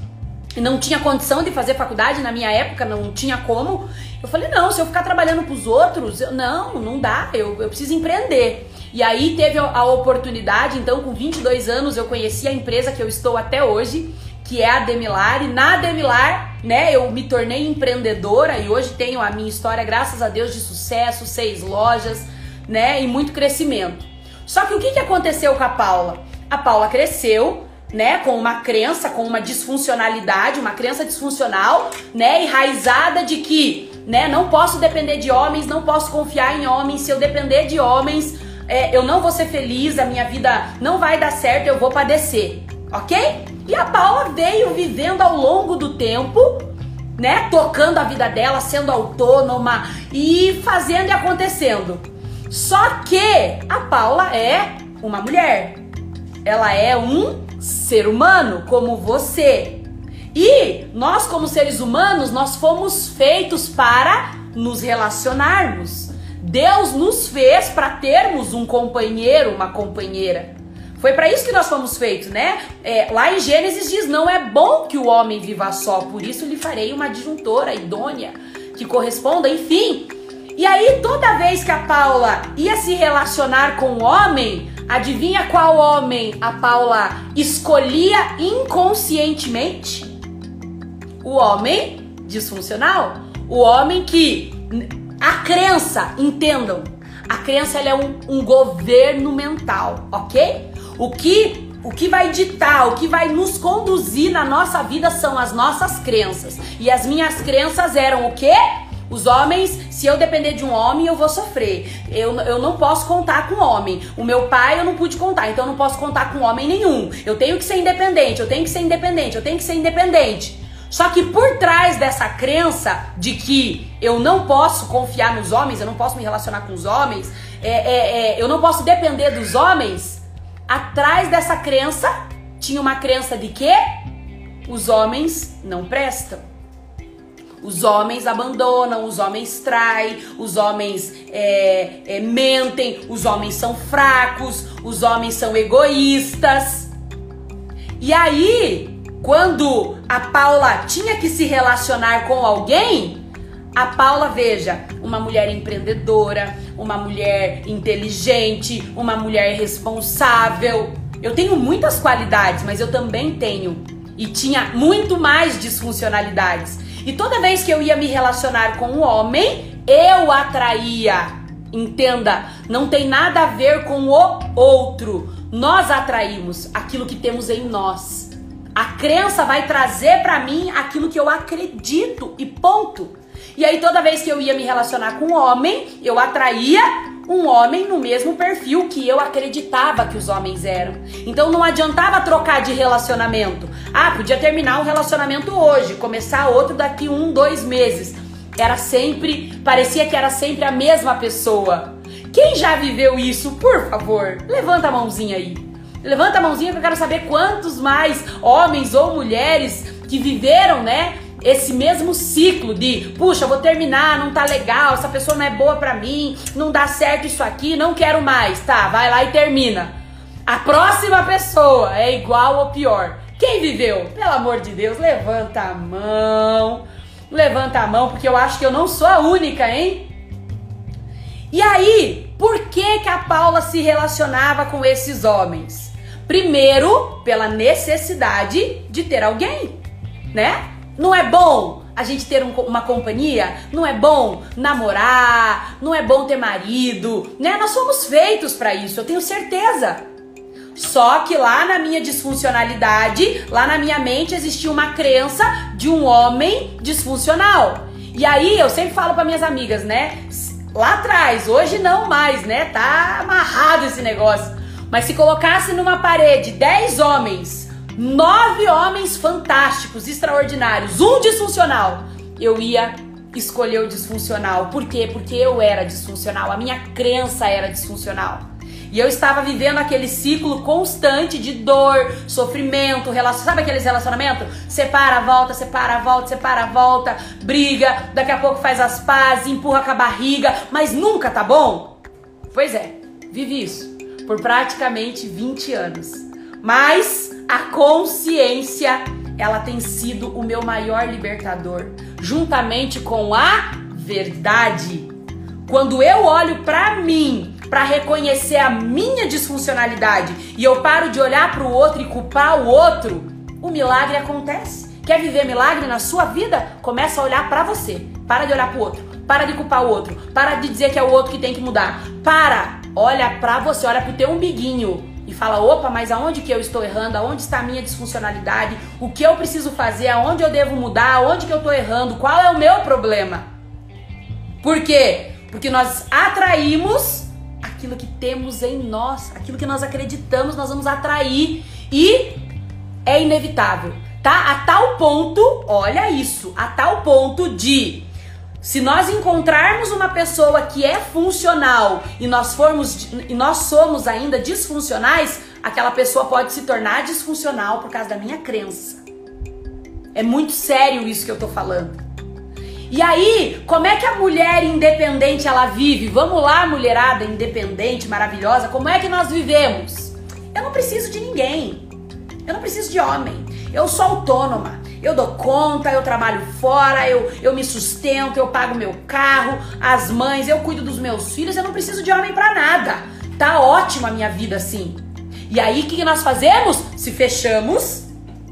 Não tinha condição de fazer faculdade na minha época, não tinha como. Eu falei, não, se eu ficar trabalhando para os outros, não dá, eu preciso empreender. E aí teve a oportunidade, então com 22 anos eu conheci a empresa que eu estou até hoje, que é a Demilar. E na Demilar, né, eu me tornei empreendedora e hoje tenho a minha história, graças a Deus, de sucesso, 6 lojas, né, e muito crescimento. Só que o que aconteceu com a Paula? A Paula cresceu, né, com uma crença, com uma disfuncionalidade, uma crença disfuncional, né, enraizada de que, né, não posso depender de homens, não posso confiar em homens. Se eu depender de homens, eu não vou ser feliz, a minha vida não vai dar certo, eu vou padecer, ok? E a Paula veio vivendo ao longo do tempo, né, tocando a vida dela, sendo autônoma e fazendo e acontecendo. Só que a Paula é uma mulher, ela é um ser humano como você. E nós, como seres humanos, nós fomos feitos para nos relacionarmos. Deus nos fez para termos um companheiro, uma companheira. Foi para isso que nós fomos feitos, né? Lá em Gênesis diz, não é bom que o homem viva só, por isso lhe farei uma adjuntora idônea, que corresponda, enfim. E aí, toda vez que a Paula ia se relacionar com o homem, adivinha qual homem a Paula escolhia inconscientemente? O homem disfuncional. O homem que... A crença, entendam, a crença ela é um governo mental, ok? O que vai ditar, o que vai nos conduzir na nossa vida são as nossas crenças. E as minhas crenças eram o quê? Os homens, se eu depender de um homem, eu vou sofrer. Eu não posso contar com homem. O meu pai eu não pude contar, então eu não posso contar com homem nenhum. Eu tenho que ser independente, eu tenho que ser independente, eu tenho que ser independente. Só que por trás dessa crença de que eu não posso confiar nos homens, eu não posso me relacionar com os homens, eu não posso depender dos homens, atrás dessa crença tinha uma crença de que os homens não prestam. Os homens abandonam, os homens traem, os homens mentem, os homens são fracos, os homens são egoístas. E aí, quando a Paula tinha que se relacionar com alguém, a Paula, veja, uma mulher empreendedora, uma mulher inteligente, uma mulher responsável. Eu tenho muitas qualidades, mas eu também tenho. E tinha muito mais disfuncionalidades. E toda vez que eu ia me relacionar com um homem, eu atraía. Entenda, não tem nada a ver com o outro. Nós atraímos aquilo que temos em nós. A crença vai trazer pra mim aquilo que eu acredito e ponto. E aí toda vez que eu ia me relacionar com um homem, eu atraía um homem no mesmo perfil que eu acreditava que os homens eram. Então não adiantava trocar de relacionamento. Ah, podia terminar um relacionamento hoje, começar outro daqui 1, 2 meses. Parecia que era sempre a mesma pessoa. Quem já viveu isso, por favor, levanta a mãozinha aí. Levanta a mãozinha que eu quero saber quantos mais homens ou mulheres que viveram, né, esse mesmo ciclo de, puxa, vou terminar, não tá legal, essa pessoa não é boa pra mim, não dá certo isso aqui, não quero mais. Tá, vai lá e termina. A próxima pessoa é igual ou pior. Quem viveu? Pelo amor de Deus, levanta a mão. Levanta a mão, porque eu acho que eu não sou a única, hein? E aí, por que a Paula se relacionava com esses homens? Primeiro, pela necessidade de ter alguém, né? Não é bom a gente ter uma companhia? Não é bom namorar? Não é bom ter marido? Né? Nós somos feitos para isso, eu tenho certeza. Só que lá na minha disfuncionalidade, lá na minha mente existia uma crença de um homem disfuncional. E aí eu sempre falo para minhas amigas, né? Lá atrás, hoje não mais, né? Tá amarrado esse negócio. Mas se colocasse numa parede 10 homens, 9 homens fantásticos, extraordinários, um disfuncional, eu ia escolher o disfuncional. Por quê? Porque eu era disfuncional, a minha crença era disfuncional. E eu estava vivendo aquele ciclo constante de dor, sofrimento, sabe aqueles relacionamentos? Separa, volta, separa, volta, separa, volta, briga, daqui a pouco faz as pazes, empurra com a barriga, mas nunca tá bom? Pois é, vivi isso por praticamente 20 anos. Mas a consciência, ela tem sido o meu maior libertador, juntamente com a verdade. Quando eu olho pra mim, pra reconhecer a minha disfuncionalidade, e eu paro de olhar pro outro e culpar o outro, o milagre acontece. Quer viver milagre na sua vida? Começa a olhar pra você. Para de olhar pro outro. Para de culpar o outro. Para de dizer que é o outro que tem que mudar. Olha pra você, olha pro teu umbiguinho e fala, opa, mas aonde que eu estou errando? Aonde está a minha disfuncionalidade? O que eu preciso fazer? Aonde eu devo mudar? Aonde que eu tô errando? Qual é o meu problema? Por quê? Porque nós atraímos aquilo que temos em nós, aquilo que nós acreditamos, nós vamos atrair, e é inevitável, tá? A tal ponto, olha isso, a tal ponto de, se nós encontrarmos uma pessoa que é funcional e nós somos ainda disfuncionais, aquela pessoa pode se tornar disfuncional por causa da minha crença. É muito sério isso que eu tô falando. E aí, como é que a mulher independente ela vive? Vamos lá, mulherada independente, maravilhosa, como é que nós vivemos? Eu não preciso de ninguém, eu não preciso de homem, eu sou autônoma, eu dou conta, eu trabalho fora, eu me sustento, eu pago meu carro, as mães, eu cuido dos meus filhos, eu não preciso de homem pra nada, tá ótima a minha vida assim. E aí, o que nós fazemos? Se fechamos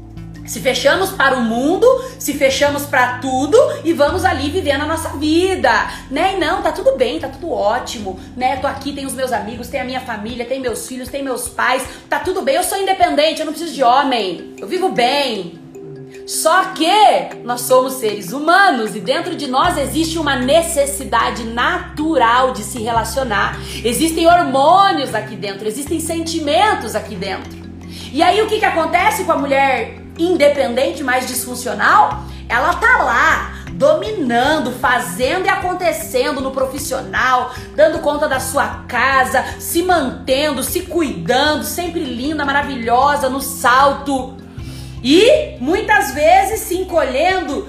para o mundo, se fechamos para tudo e vamos ali vivendo a nossa vida, né? E não, tá tudo bem, tá tudo ótimo, né? Tô aqui, tenho os meus amigos, tenho a minha família, tenho meus filhos, tenho meus pais, tá tudo bem, eu sou independente, eu não preciso de homem, eu vivo bem. Só que nós somos seres humanos e dentro de nós existe uma necessidade natural de se relacionar. Existem hormônios aqui dentro, existem sentimentos aqui dentro. E aí o que acontece com a mulher independente, mais disfuncional? Ela tá lá dominando, fazendo e acontecendo no profissional, dando conta da sua casa, se mantendo, se cuidando, sempre linda, maravilhosa, no salto. E muitas vezes se encolhendo,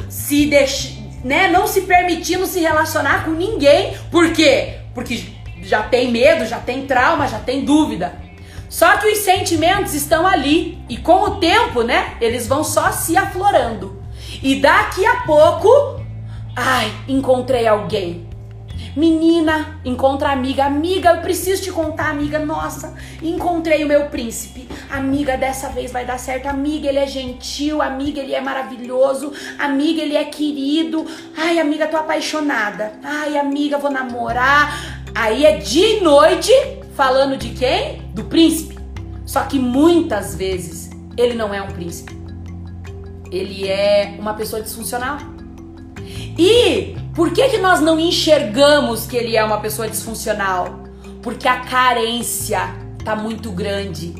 não se permitindo se relacionar com ninguém. Por quê? Porque já tem medo, já tem trauma, já tem dúvida. Só que os sentimentos estão ali e com o tempo, né, eles vão só se aflorando. E daqui a pouco, encontrei alguém. Menina, encontra amiga. Amiga, eu preciso te contar, amiga. Nossa, encontrei o meu príncipe. Amiga, dessa vez vai dar certo. Amiga, ele é gentil. Amiga, ele é maravilhoso. Amiga, ele é querido. Ai, amiga, tô apaixonada. Ai, amiga, vou namorar. Aí é de noite falando de quem? Do príncipe. Só que muitas vezes ele não é um príncipe. Ele é uma pessoa disfuncional. E por que nós não enxergamos que ele é uma pessoa disfuncional? Porque a carência tá muito grande.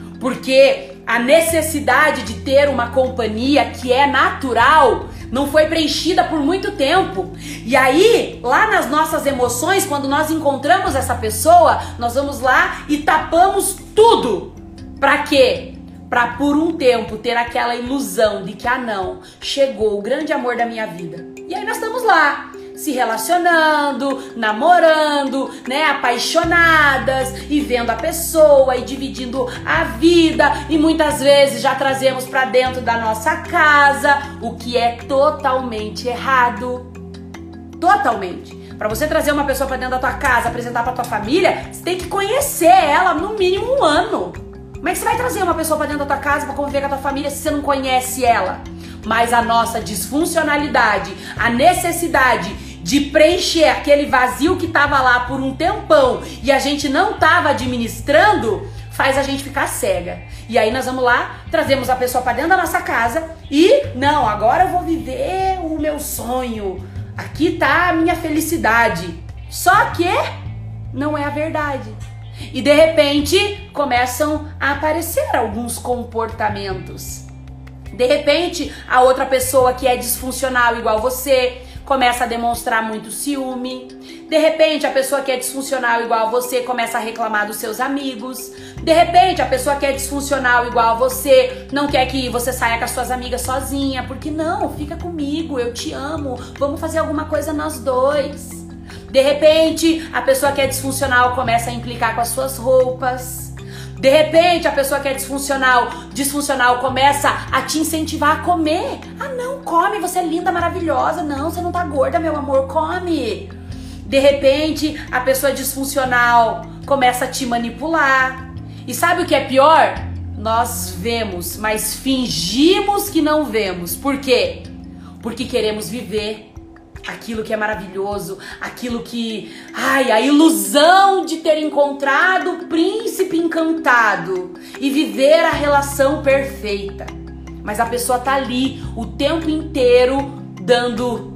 Porque a necessidade de ter uma companhia que é natural não foi preenchida por muito tempo. E aí, lá nas nossas emoções, quando nós encontramos essa pessoa, nós vamos lá e tapamos tudo. Pra quê? Pra por um tempo ter aquela ilusão de que, não, chegou o grande amor da minha vida. E aí nós estamos lá, se relacionando, namorando, né, apaixonadas e vendo a pessoa e dividindo a vida, e muitas vezes já trazemos pra dentro da nossa casa, o que é totalmente errado. Totalmente. Pra você trazer uma pessoa pra dentro da tua casa, apresentar pra tua família, você tem que conhecer ela no mínimo 1 ano. Como é que você vai trazer uma pessoa pra dentro da tua casa pra conviver com a tua família se você não conhece ela? Mas a nossa disfuncionalidade, a necessidade de preencher aquele vazio que tava lá por um tempão e a gente não tava administrando, faz a gente ficar cega. E aí nós vamos lá, trazemos a pessoa pra dentro da nossa casa e, não, agora eu vou viver o meu sonho. Aqui tá a minha felicidade. Só que não é a verdade. E de repente começam a aparecer alguns comportamentos. De repente, a outra pessoa que é disfuncional igual você começa a demonstrar muito ciúme. De repente, a pessoa que é disfuncional igual a você começa a reclamar dos seus amigos. De repente, a pessoa que é disfuncional igual a você não quer que você saia com as suas amigas sozinha. Porque não, fica comigo, eu te amo, vamos fazer alguma coisa nós dois. De repente, a pessoa que é disfuncional começa a implicar com as suas roupas. De repente, a pessoa que é disfuncional começa a te incentivar a comer. Não, come, você é linda, maravilhosa. Não, você não tá gorda, meu amor, come. De repente, a pessoa disfuncional começa a te manipular. E sabe o que é pior? Nós vemos, mas fingimos que não vemos. Por quê? Porque queremos viver aquilo que é maravilhoso, aquilo que... a ilusão de ter encontrado o príncipe encantado e viver a relação perfeita. Mas a pessoa tá ali o tempo inteiro dando,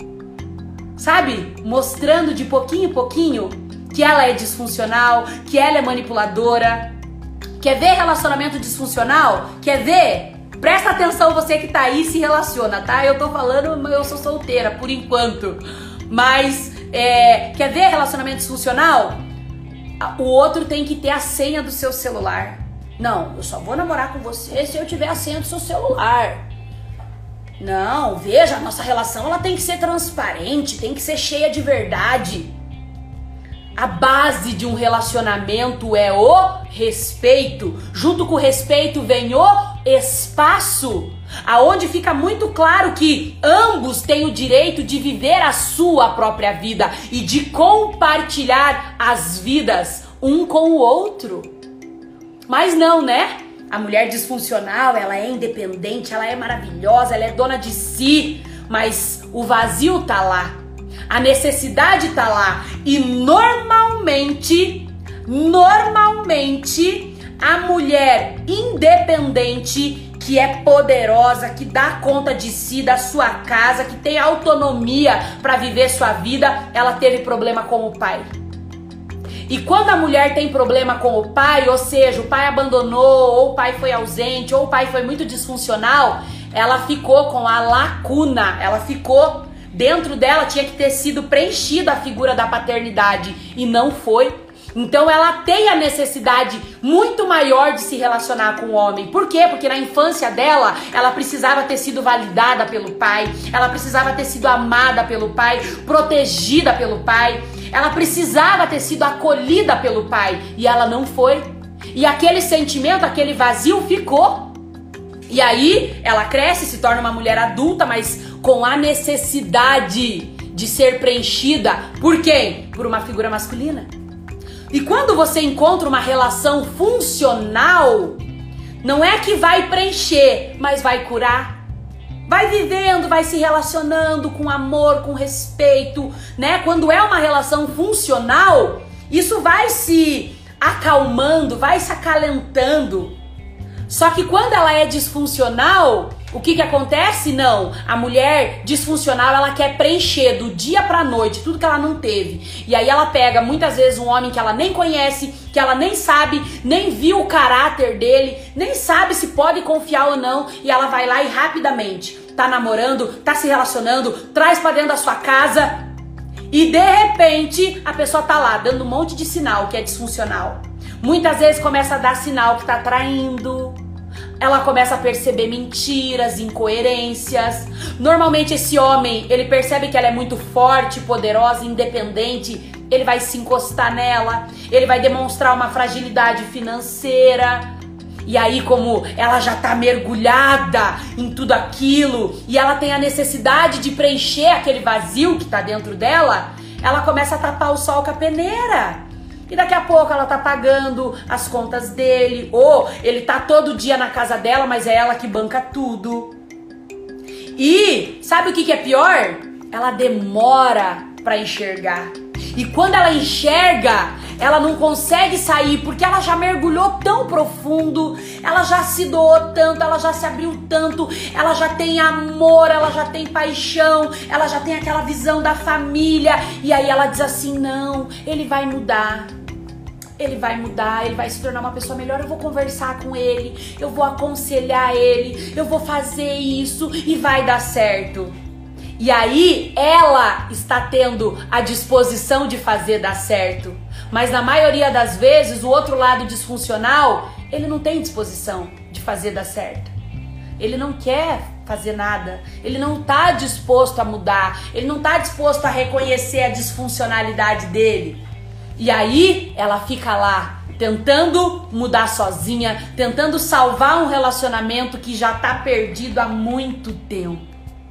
sabe? Mostrando de pouquinho em pouquinho que ela é disfuncional, que ela é manipuladora. Quer ver relacionamento disfuncional? Quer ver? Presta atenção, você que tá aí e se relaciona, tá? Eu tô falando, eu sou solteira por enquanto. Mas, quer ver relacionamento disfuncional? O outro tem que ter a senha do seu celular. Não, eu só vou namorar com você se eu tiver a senha do seu celular. Não, veja, a nossa relação ela tem que ser transparente, tem que ser cheia de verdade. A base de um relacionamento é o respeito. Junto com o respeito vem o espaço, aonde fica muito claro que ambos têm o direito de viver a sua própria vida e de compartilhar as vidas um com o outro. Mas não, né? A mulher disfuncional, ela é independente, ela é maravilhosa, ela é dona de si, mas o vazio tá lá. A necessidade tá lá e normalmente a mulher independente, que é poderosa, que dá conta de si, da sua casa, que tem autonomia para viver sua vida, ela teve problema com o pai. E quando a mulher tem problema com o pai, ou seja, o pai abandonou, ou o pai foi ausente, ou o pai foi muito disfuncional, ela ficou com a lacuna, ela ficou... Dentro dela tinha que ter sido preenchida a figura da paternidade e não foi. Então ela tem a necessidade muito maior de se relacionar com o homem. Por quê? Porque na infância dela, ela precisava ter sido validada pelo pai, ela precisava ter sido amada pelo pai, protegida pelo pai, ela precisava ter sido acolhida pelo pai e ela não foi. E aquele sentimento, aquele vazio ficou. E aí ela cresce, se torna uma mulher adulta, mas com a necessidade de ser preenchida por quem? Por uma figura masculina. E quando você encontra uma relação funcional, não é que vai preencher, mas vai curar. Vai vivendo, vai se relacionando com amor, com respeito, né? Quando é uma relação funcional, isso vai se acalmando, vai se acalentando. Só que quando ela é disfuncional, o que acontece? Não, a mulher disfuncional, ela quer preencher do dia pra noite tudo que ela não teve. E aí ela pega muitas vezes um homem que ela nem conhece, que ela nem sabe, nem viu o caráter dele, nem sabe se pode confiar ou não, e ela vai lá e rapidamente tá namorando, tá se relacionando, traz pra dentro da sua casa e de repente a pessoa tá lá dando um monte de sinal que é disfuncional. Muitas vezes começa a dar sinal que tá traindo. Ela começa a perceber mentiras, incoerências. Normalmente esse homem, ele percebe que ela é muito forte, poderosa, independente. Ele vai se encostar nela. Ele vai demonstrar uma fragilidade financeira. E aí, como ela já tá mergulhada em tudo aquilo e ela tem a necessidade de preencher aquele vazio que tá dentro dela, ela começa a tapar o sol com a peneira. E daqui a pouco ela tá pagando as contas dele, ou ele tá todo dia na casa dela, mas é ela que banca tudo. E sabe o que é pior? Ela demora pra enxergar. E quando ela enxerga, ela não consegue sair, porque ela já mergulhou tão profundo, ela já se doou tanto, ela já se abriu tanto, ela já tem amor, ela já tem paixão, ela já tem aquela visão da família, e aí ela diz assim, não, ele vai mudar. Ele vai mudar, ele vai se tornar uma pessoa melhor, eu vou conversar com ele, eu vou aconselhar ele, eu vou fazer isso e vai dar certo. E aí ela está tendo a disposição de fazer dar certo. Mas na maioria das vezes o outro lado disfuncional, ele não tem disposição de fazer dar certo. Ele não quer fazer nada, ele não está disposto a mudar, ele não está disposto a reconhecer a disfuncionalidade dele. E aí ela fica lá tentando mudar sozinha, tentando salvar um relacionamento que já está perdido há muito tempo.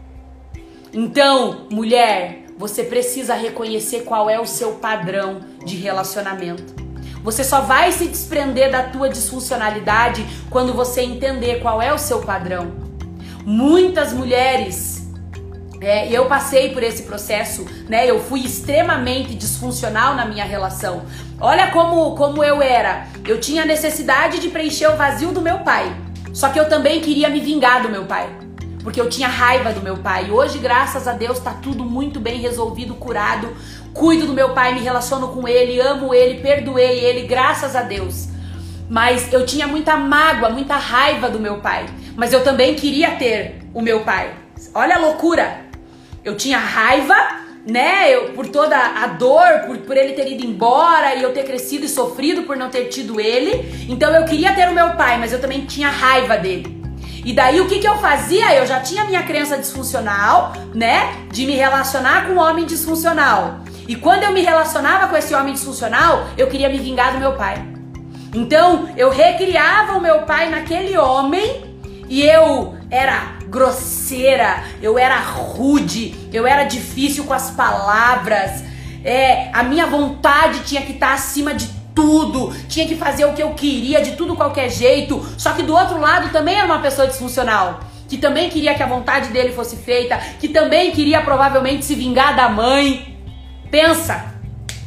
Então, mulher, você precisa reconhecer qual é o seu padrão de relacionamento. Você só vai se desprender da tua disfuncionalidade quando você entender qual é o seu padrão. Muitas mulheres, eu passei por esse processo, né? Eu fui extremamente disfuncional na minha relação. Olha como eu era. Eu tinha necessidade de preencher o vazio do meu pai. Só que eu também queria me vingar do meu pai. Porque eu tinha raiva do meu pai. E hoje, graças a Deus, tá tudo muito bem resolvido, curado. Cuido do meu pai, me relaciono com ele, amo ele, perdoei ele, graças a Deus. Mas eu tinha muita mágoa, muita raiva do meu pai. Mas eu também queria ter o meu pai. Olha a loucura. Eu tinha raiva, né? Por toda a dor, por ele ter ido embora e eu ter crescido e sofrido por não ter tido ele. Então eu queria ter o meu pai, mas eu também tinha raiva dele. E daí o que eu fazia? Eu já tinha minha crença disfuncional, né? De me relacionar com um homem disfuncional. E quando eu me relacionava com esse homem disfuncional, eu queria me vingar do meu pai. Então eu recriava o meu pai naquele homem e eu era grosseira, eu era rude, eu era difícil com as palavras. A minha vontade tinha que estar acima de tudo, tinha que fazer o que eu queria de tudo qualquer jeito. Só que do outro lado também era uma pessoa disfuncional, que também queria que a vontade dele fosse feita, que também queria provavelmente se vingar da mãe. Pensa,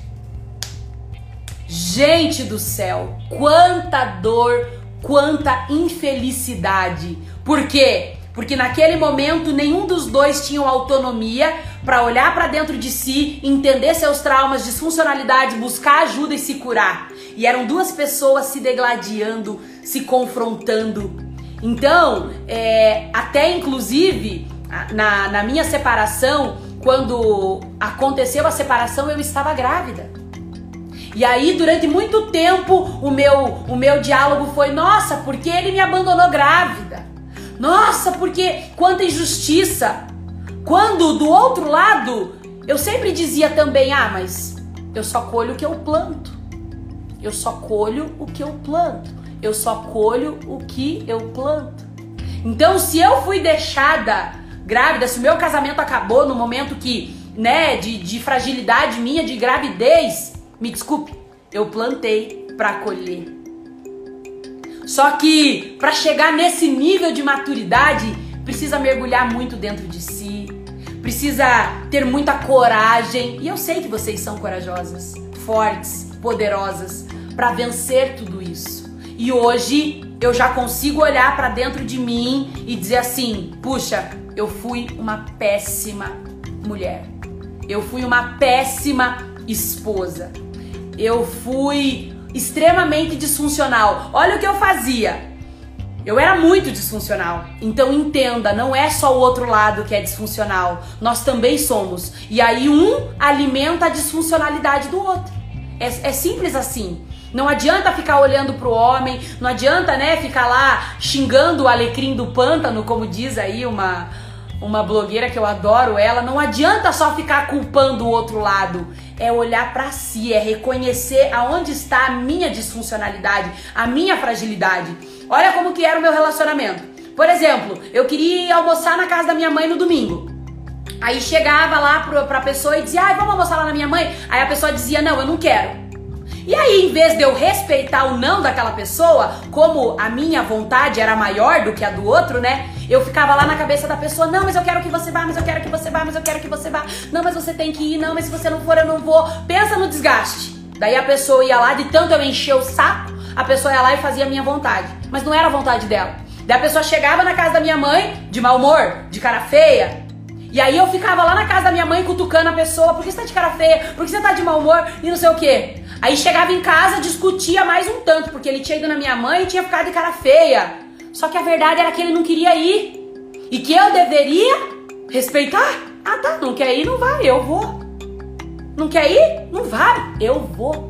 gente do céu, quanta dor, quanta infelicidade. Por quê? Porque naquele momento nenhum dos dois tinha autonomia para olhar para dentro de si, entender seus traumas, disfuncionalidade, buscar ajuda e se curar. E eram duas pessoas se degladiando, se confrontando. Então, até inclusive, na minha separação, quando aconteceu a separação, eu estava grávida. E aí, durante muito tempo, o meu diálogo foi, nossa, por que ele me abandonou grávida? Nossa, porque quanta injustiça. Quando do outro lado, eu sempre dizia também, mas eu só colho o que eu planto. Eu só colho o que eu planto. Eu só colho o que eu planto. Então, se eu fui deixada grávida, se o meu casamento acabou no momento que, né, de fragilidade minha, de gravidez, me desculpe, eu plantei pra colher. Só que para chegar nesse nível de maturidade, precisa mergulhar muito dentro de si, precisa ter muita coragem. E eu sei que vocês são corajosas, fortes, poderosas para vencer tudo isso. E hoje eu já consigo olhar pra dentro de mim e dizer assim, puxa, eu fui uma péssima mulher. Eu fui uma péssima esposa. Eu fui extremamente disfuncional. Olha o que eu fazia. Eu era muito disfuncional. Então entenda, não é só o outro lado que é disfuncional. Nós também somos. E aí um alimenta a disfuncionalidade do outro. É simples assim. Não adianta ficar olhando pro homem, não adianta, né, ficar lá xingando o alecrim do pântano, como diz aí uma blogueira que eu adoro ela. Não adianta só ficar culpando o outro lado. É olhar pra si, é reconhecer aonde está a minha disfuncionalidade, a minha fragilidade. Olha como que era o meu relacionamento. Por exemplo, eu queria almoçar na casa da minha mãe no domingo. Aí chegava lá pra pessoa e dizia, vamos almoçar lá na minha mãe? Aí a pessoa dizia, não, eu não quero. E aí, em vez de eu respeitar o não daquela pessoa, como a minha vontade era maior do que a do outro, né? Eu ficava lá na cabeça da pessoa, não, mas eu quero que você vá, mas eu quero que você vá, mas eu quero que você vá. Não, mas você tem que ir, não, mas se você não for, eu não vou. Pensa no desgaste. Daí a pessoa ia lá, de tanto eu encher o saco, a pessoa ia lá e fazia a minha vontade. Mas não era a vontade dela. Daí a pessoa chegava na casa da minha mãe, de mau humor, de cara feia. E aí eu ficava lá na casa da minha mãe cutucando a pessoa, por que você tá de cara feia? Por que você tá de mau humor? E não sei o quê. Aí chegava em casa, discutia mais um tanto, porque ele tinha ido na minha mãe e tinha ficado de cara feia. Só que a verdade era que ele não queria ir. E que eu deveria respeitar. Ah tá, não quer ir, não vai, eu vou. Não quer ir? Não vai, eu vou.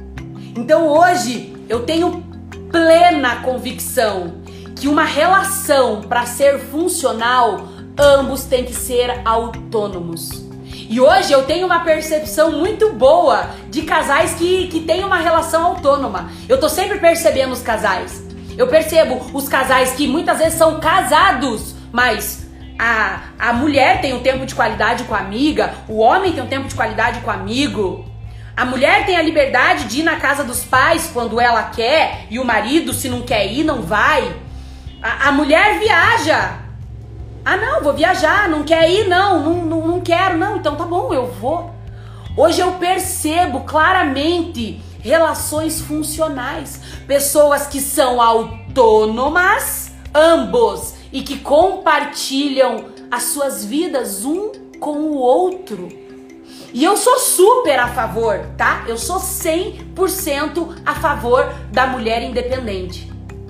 Então hoje eu tenho plena convicção que uma relação, para ser funcional, ambos têm que ser autônomos. E hoje eu tenho uma percepção muito boa de casais que têm uma relação autônoma. Eu tô sempre percebendo os casais. Eu percebo os casais que muitas vezes são casados, mas a mulher tem um tempo de qualidade com a amiga, o homem tem um tempo de qualidade com o amigo. A mulher tem a liberdade de ir na casa dos pais quando ela quer, e o marido, se não quer ir, não vai. A mulher viaja. Ah, não, vou viajar, não quer ir, não quero, não, então tá bom, eu vou. Hoje eu percebo claramente relações funcionais, pessoas que são autônomas, ambos, e que compartilham as suas vidas um com o outro. E eu sou super a favor, tá? Eu sou 100% a favor da mulher independente.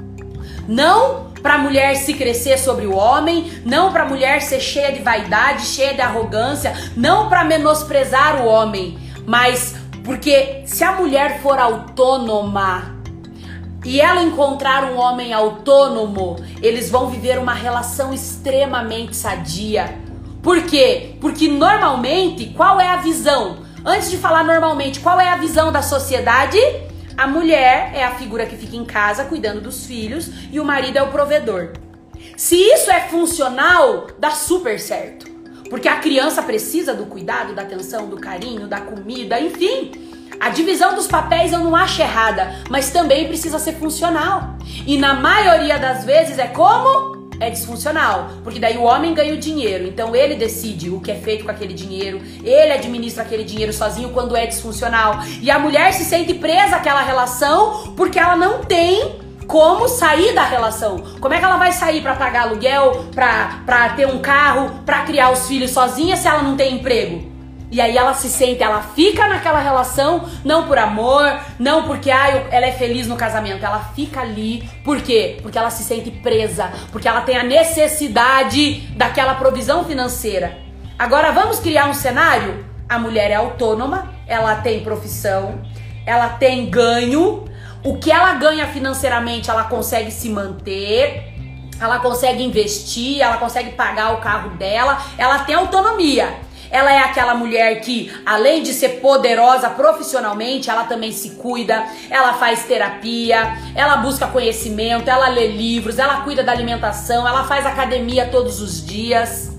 Não pra mulher se crescer sobre o homem, não pra mulher ser cheia de vaidade, cheia de arrogância, não pra menosprezar o homem, mas porque se a mulher for autônoma e ela encontrar um homem autônomo, eles vão viver uma relação extremamente sadia. Por quê? Porque normalmente, qual é a visão? Antes de falar normalmente, qual é a visão da sociedade? A mulher é a figura que fica em casa cuidando dos filhos e o marido é o provedor. Se isso é funcional, dá super certo. Porque a criança precisa do cuidado, da atenção, do carinho, da comida, enfim. A divisão dos papéis eu não acho errada, mas também precisa ser funcional. E na maioria das vezes é como? É disfuncional, porque daí o homem ganha o dinheiro, então ele decide o que é feito com aquele dinheiro, ele administra aquele dinheiro sozinho quando é disfuncional, e a mulher se sente presa àquela relação porque ela não tem como sair da relação. Como é que ela vai sair para pagar aluguel, pra ter um carro, pra criar os filhos sozinha se ela não tem emprego? E aí ela se sente, ela fica naquela relação, não por amor, não porque ela é feliz no casamento. Ela fica ali, por quê? Porque ela se sente presa, porque ela tem a necessidade daquela provisão financeira. Agora vamos criar um cenário? A mulher é autônoma, ela tem profissão, ela tem ganho. O que ela ganha financeiramente, ela consegue se manter, ela consegue investir, ela consegue pagar o carro dela, ela tem autonomia. Ela é aquela mulher que, além de ser poderosa profissionalmente, ela também se cuida, ela faz terapia, ela busca conhecimento, ela lê livros, ela cuida da alimentação, ela faz academia todos os dias.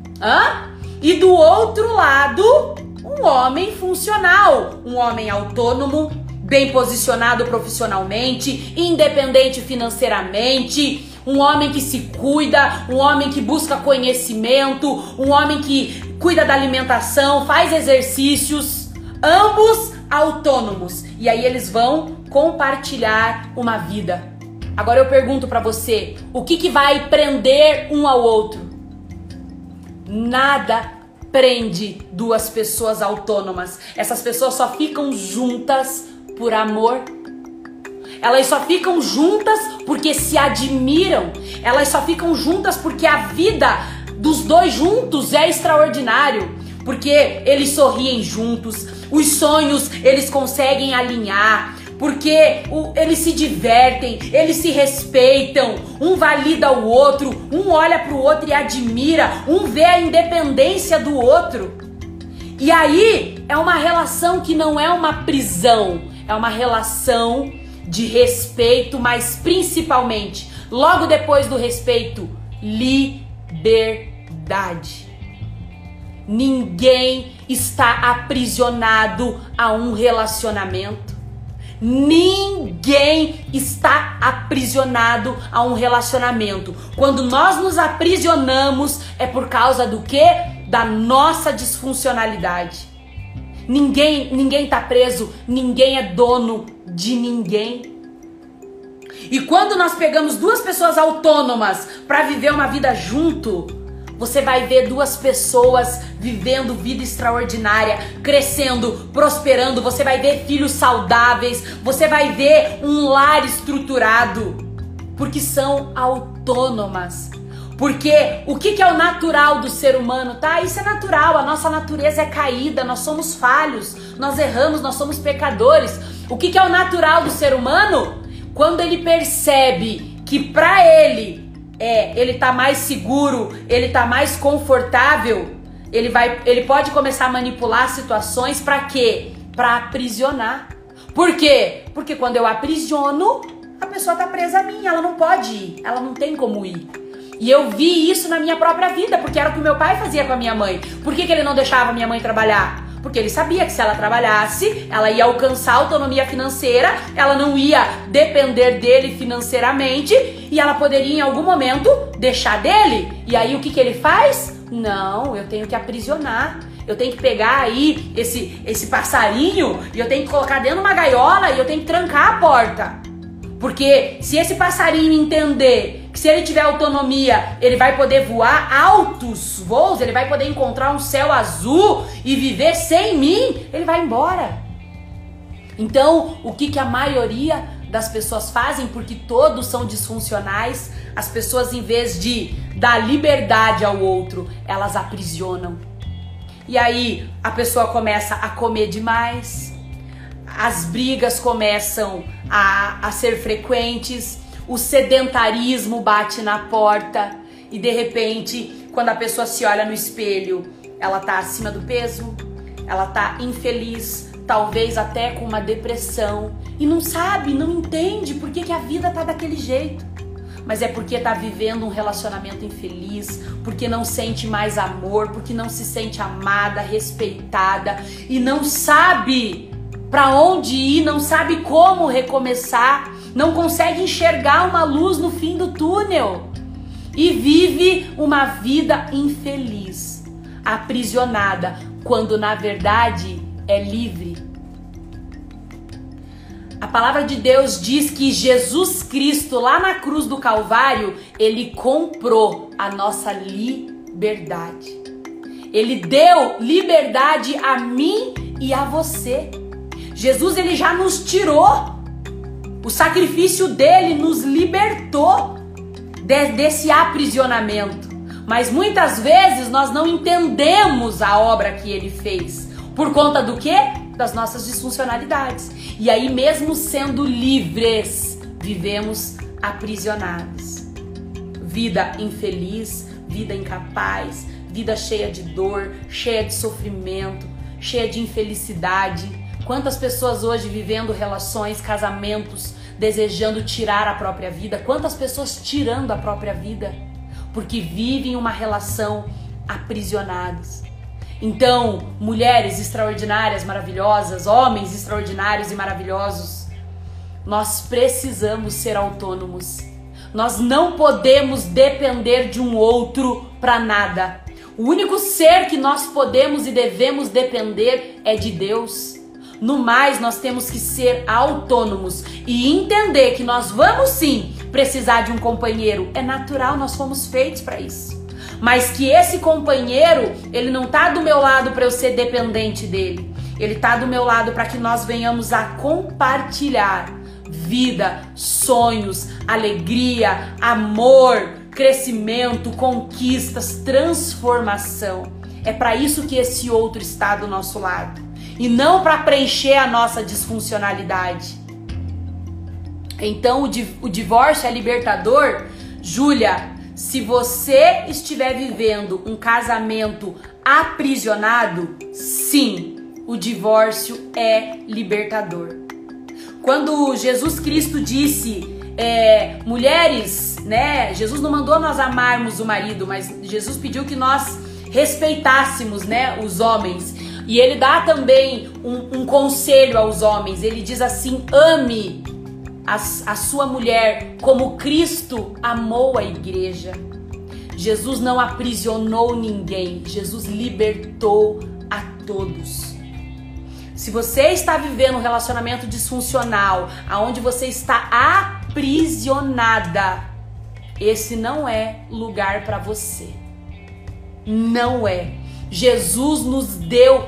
E do outro lado, um homem funcional, um homem autônomo, bem posicionado profissionalmente, independente financeiramente, um homem que se cuida, um homem que busca conhecimento, um homem que cuida da alimentação, faz exercícios, ambos autônomos. E aí eles vão compartilhar uma vida. Agora eu pergunto pra você, o que vai prender um ao outro? Nada prende duas pessoas autônomas. Essas pessoas só ficam juntas por amor. Elas só ficam juntas porque se admiram. Elas só ficam juntas porque a vida dos dois juntos é extraordinário. Porque eles sorriem juntos, os sonhos eles conseguem alinhar, porque eles se divertem, eles se respeitam, um valida o outro, um olha pro outro e admira, um vê a independência do outro. E aí é uma relação que não é uma prisão, é uma relação de respeito, mas principalmente, logo depois do respeito, liberdade. Ninguém está aprisionado a um relacionamento. Ninguém está aprisionado a um relacionamento. Quando nós nos aprisionamos, é por causa do quê? Da nossa disfuncionalidade. Ninguém está preso, ninguém é dono de ninguém. E quando nós pegamos duas pessoas autônomas para viver uma vida junto, você vai ver duas pessoas vivendo vida extraordinária, crescendo, prosperando. Você vai ver filhos saudáveis. Você vai ver um lar estruturado. Porque são autônomas. Porque o que é o natural do ser humano, tá? Isso é natural. A nossa natureza é caída. Nós somos falhos. Nós erramos. Nós somos pecadores. O que é o natural do ser humano? Quando ele percebe que pra ele tá mais seguro, ele tá mais confortável, ele pode começar a manipular situações pra quê? Pra aprisionar. Por quê? Porque quando eu aprisiono, a pessoa tá presa a mim, ela não pode ir, ela não tem como ir. E eu vi isso na minha própria vida, porque era o que meu pai fazia com a minha mãe. Por que ele não deixava a minha mãe trabalhar? Porque ele sabia que se ela trabalhasse, ela ia alcançar a autonomia financeira, ela não ia depender dele financeiramente e ela poderia em algum momento deixar dele. E aí o que ele faz? Não, eu tenho que aprisionar. Eu tenho que pegar aí esse passarinho e eu tenho que colocar dentro de uma gaiola e eu tenho que trancar a porta. Porque se esse passarinho entender que se ele tiver autonomia, ele vai poder voar altos voos, ele vai poder encontrar um céu azul e viver sem mim, ele vai embora. Então, o que a maioria das pessoas fazem, porque todos são disfuncionais, as pessoas, em vez de dar liberdade ao outro, elas aprisionam. E aí a pessoa começa a comer demais, as brigas começam a ser frequentes, o sedentarismo bate na porta e de repente, quando a pessoa se olha no espelho, ela tá acima do peso, ela tá infeliz, talvez até com uma depressão e não sabe, não entende por que a vida tá daquele jeito. Mas é porque tá vivendo um relacionamento infeliz, porque não sente mais amor, porque não se sente amada, respeitada e não sabe pra onde ir, não sabe como recomeçar, não consegue enxergar uma luz no fim do túnel e vive uma vida infeliz, aprisionada, quando na verdade é livre. A palavra de Deus diz que Jesus Cristo, lá na cruz do Calvário, ele comprou a nossa liberdade. Ele deu liberdade a mim e a você. Jesus, ele já nos tirou. O sacrifício dele nos libertou desse aprisionamento. Mas muitas vezes nós não entendemos a obra que ele fez. Por conta do quê? Das nossas disfuncionalidades. E aí, mesmo sendo livres, vivemos aprisionados. Vida infeliz, vida incapaz, vida cheia de dor, cheia de sofrimento, cheia de infelicidade. Quantas pessoas hoje vivendo relações, casamentos, desejando tirar a própria vida? Quantas pessoas tirando a própria vida? Porque vivem uma relação aprisionados. Então, mulheres extraordinárias, maravilhosas, homens extraordinários e maravilhosos, nós precisamos ser autônomos. Nós não podemos depender de um outro para nada. O único ser que nós podemos e devemos depender é de Deus. No mais, nós temos que ser autônomos e entender que nós vamos sim precisar de um companheiro. É natural, nós fomos feitos para isso. Mas que esse companheiro, ele não tá do meu lado para eu ser dependente dele. Ele tá do meu lado para que nós venhamos a compartilhar vida, sonhos, alegria, amor, crescimento, conquistas, transformação. É para isso que esse outro está do nosso lado. E não para preencher a nossa disfuncionalidade. Então o divórcio é libertador? Júlia, se você estiver vivendo um casamento aprisionado, sim, o divórcio é libertador. Quando Jesus Cristo disse, mulheres, né? Jesus não mandou nós amarmos o marido, mas Jesus pediu que nós respeitássemos, né, os homens. E ele dá também um conselho aos homens. Ele diz assim: ame a sua mulher como Cristo amou a igreja. Jesus não aprisionou ninguém, Jesus libertou a todos. Se você está vivendo um relacionamento disfuncional, aonde você está aprisionada, esse não é lugar para você. Não é. Jesus nos deu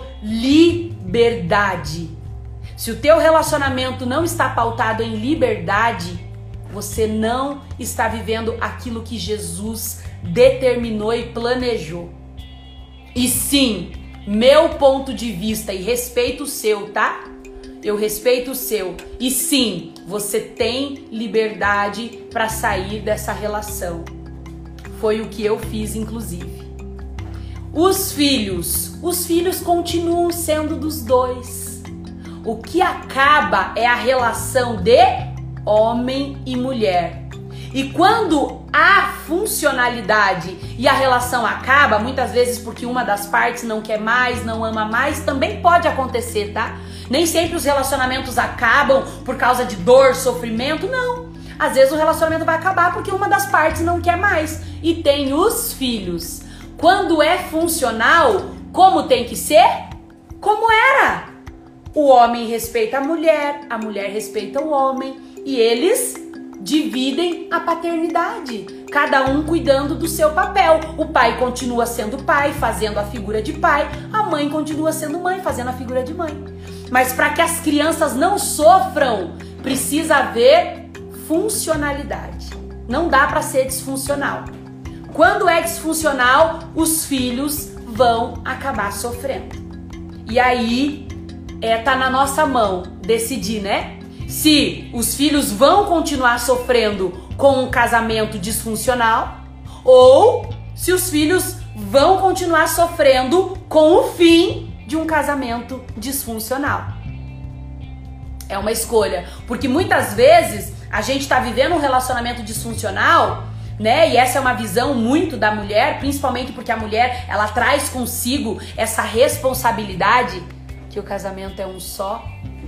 liberdade. Se o teu relacionamento não está pautado em liberdade, você não está vivendo aquilo que Jesus determinou e planejou. E sim, meu ponto de vista, e respeito o seu, tá? Eu respeito o seu. E sim, você tem liberdade para sair dessa relação. Foi o que eu fiz, inclusive. Os filhos continuam sendo dos dois. O que acaba é a relação de homem e mulher. E quando a funcionalidade e a relação acaba, muitas vezes porque uma das partes não quer mais, não ama mais, também pode acontecer, tá? Nem sempre os relacionamentos acabam por causa de dor, sofrimento, não. Às vezes o relacionamento vai acabar porque uma das partes não quer mais. E tem os filhos. Quando é funcional, como tem que ser? Como era. O homem respeita a mulher respeita o homem e eles dividem a paternidade, cada um cuidando do seu papel. O pai continua sendo pai, fazendo a figura de pai, a mãe continua sendo mãe, fazendo a figura de mãe. Mas para que as crianças não sofram, precisa haver funcionalidade. Não dá para ser disfuncional. Quando é disfuncional, os filhos vão acabar sofrendo. E aí, tá na nossa mão decidir, né? Se os filhos vão continuar sofrendo com um casamento disfuncional ou se os filhos vão continuar sofrendo com o fim de um casamento disfuncional. É uma escolha, porque muitas vezes a gente tá vivendo um relacionamento disfuncional, né? E essa é uma visão muito da mulher, principalmente porque a mulher, ela traz consigo essa responsabilidade que o casamento é um só.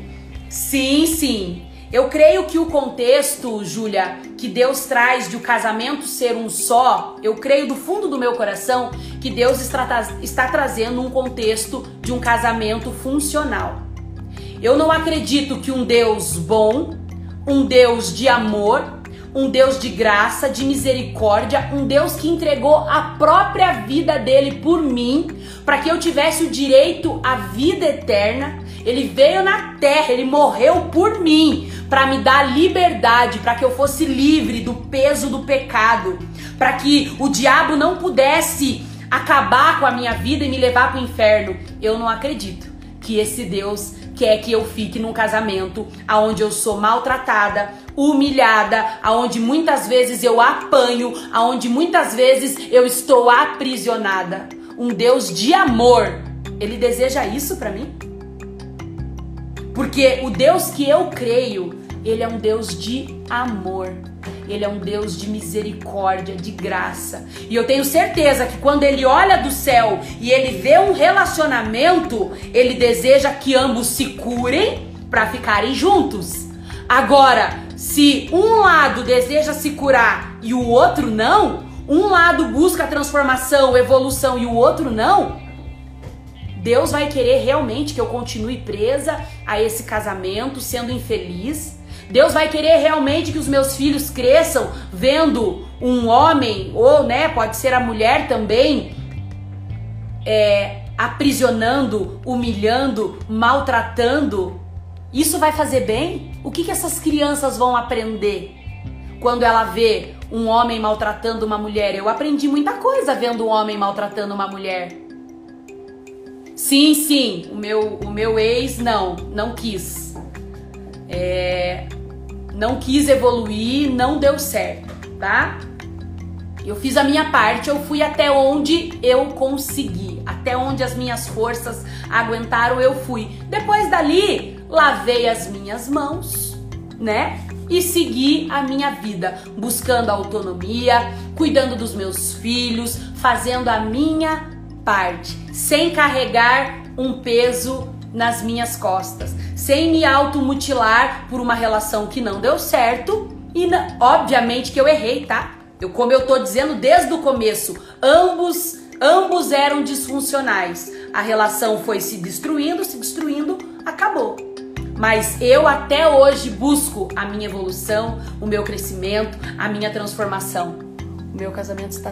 Sim. Eu creio que o contexto, Júlia, que Deus traz de o casamento ser um só, eu creio do fundo do meu coração que Deus está trazendo um contexto de um casamento funcional. Eu não acredito que um Deus bom, um Deus de amor, um Deus de graça, de misericórdia, um Deus que entregou a própria vida dele por mim, para que eu tivesse o direito à vida eterna. Ele veio na terra, ele morreu por mim, para me dar liberdade, para que eu fosse livre do peso do pecado, para que o diabo não pudesse acabar com a minha vida e me levar para o inferno. Eu não acredito que esse Deus quer que eu fique num casamento onde eu sou maltratada, humilhada, onde muitas vezes eu apanho, onde muitas vezes eu estou aprisionada. Um Deus de amor, ele deseja isso para mim? Porque o Deus que eu creio, ele é um Deus de amor. Ele é um Deus de misericórdia, de graça. E eu tenho certeza que quando ele olha do céu e ele vê um relacionamento, ele deseja que ambos se curem para ficarem juntos. Agora, se um lado deseja se curar e o outro não, um lado busca a transformação, evolução e o outro não, Deus vai querer realmente que eu continue presa a esse casamento, sendo infeliz? Deus vai querer realmente que os meus filhos cresçam vendo um homem, ou né, pode ser a mulher também, aprisionando, humilhando, maltratando? Isso vai fazer bem? O que essas crianças vão aprender quando ela vê um homem maltratando uma mulher? Eu aprendi muita coisa vendo um homem maltratando uma mulher. Sim, o meu ex não quis. Não quis evoluir, não deu certo, tá? Eu fiz a minha parte, eu fui até onde eu consegui, até onde as minhas forças aguentaram, eu fui. Depois dali, lavei as minhas mãos, né? E segui a minha vida, buscando autonomia, cuidando dos meus filhos, fazendo a minha parte, sem carregar um peso nas minhas costas, sem me automutilar por uma relação que não deu certo. E obviamente que eu errei, tá? Como eu tô dizendo desde o começo, ambos eram disfuncionais. A relação foi se destruindo, acabou. Mas eu até hoje busco a minha evolução, o meu crescimento, a minha transformação. O meu casamento está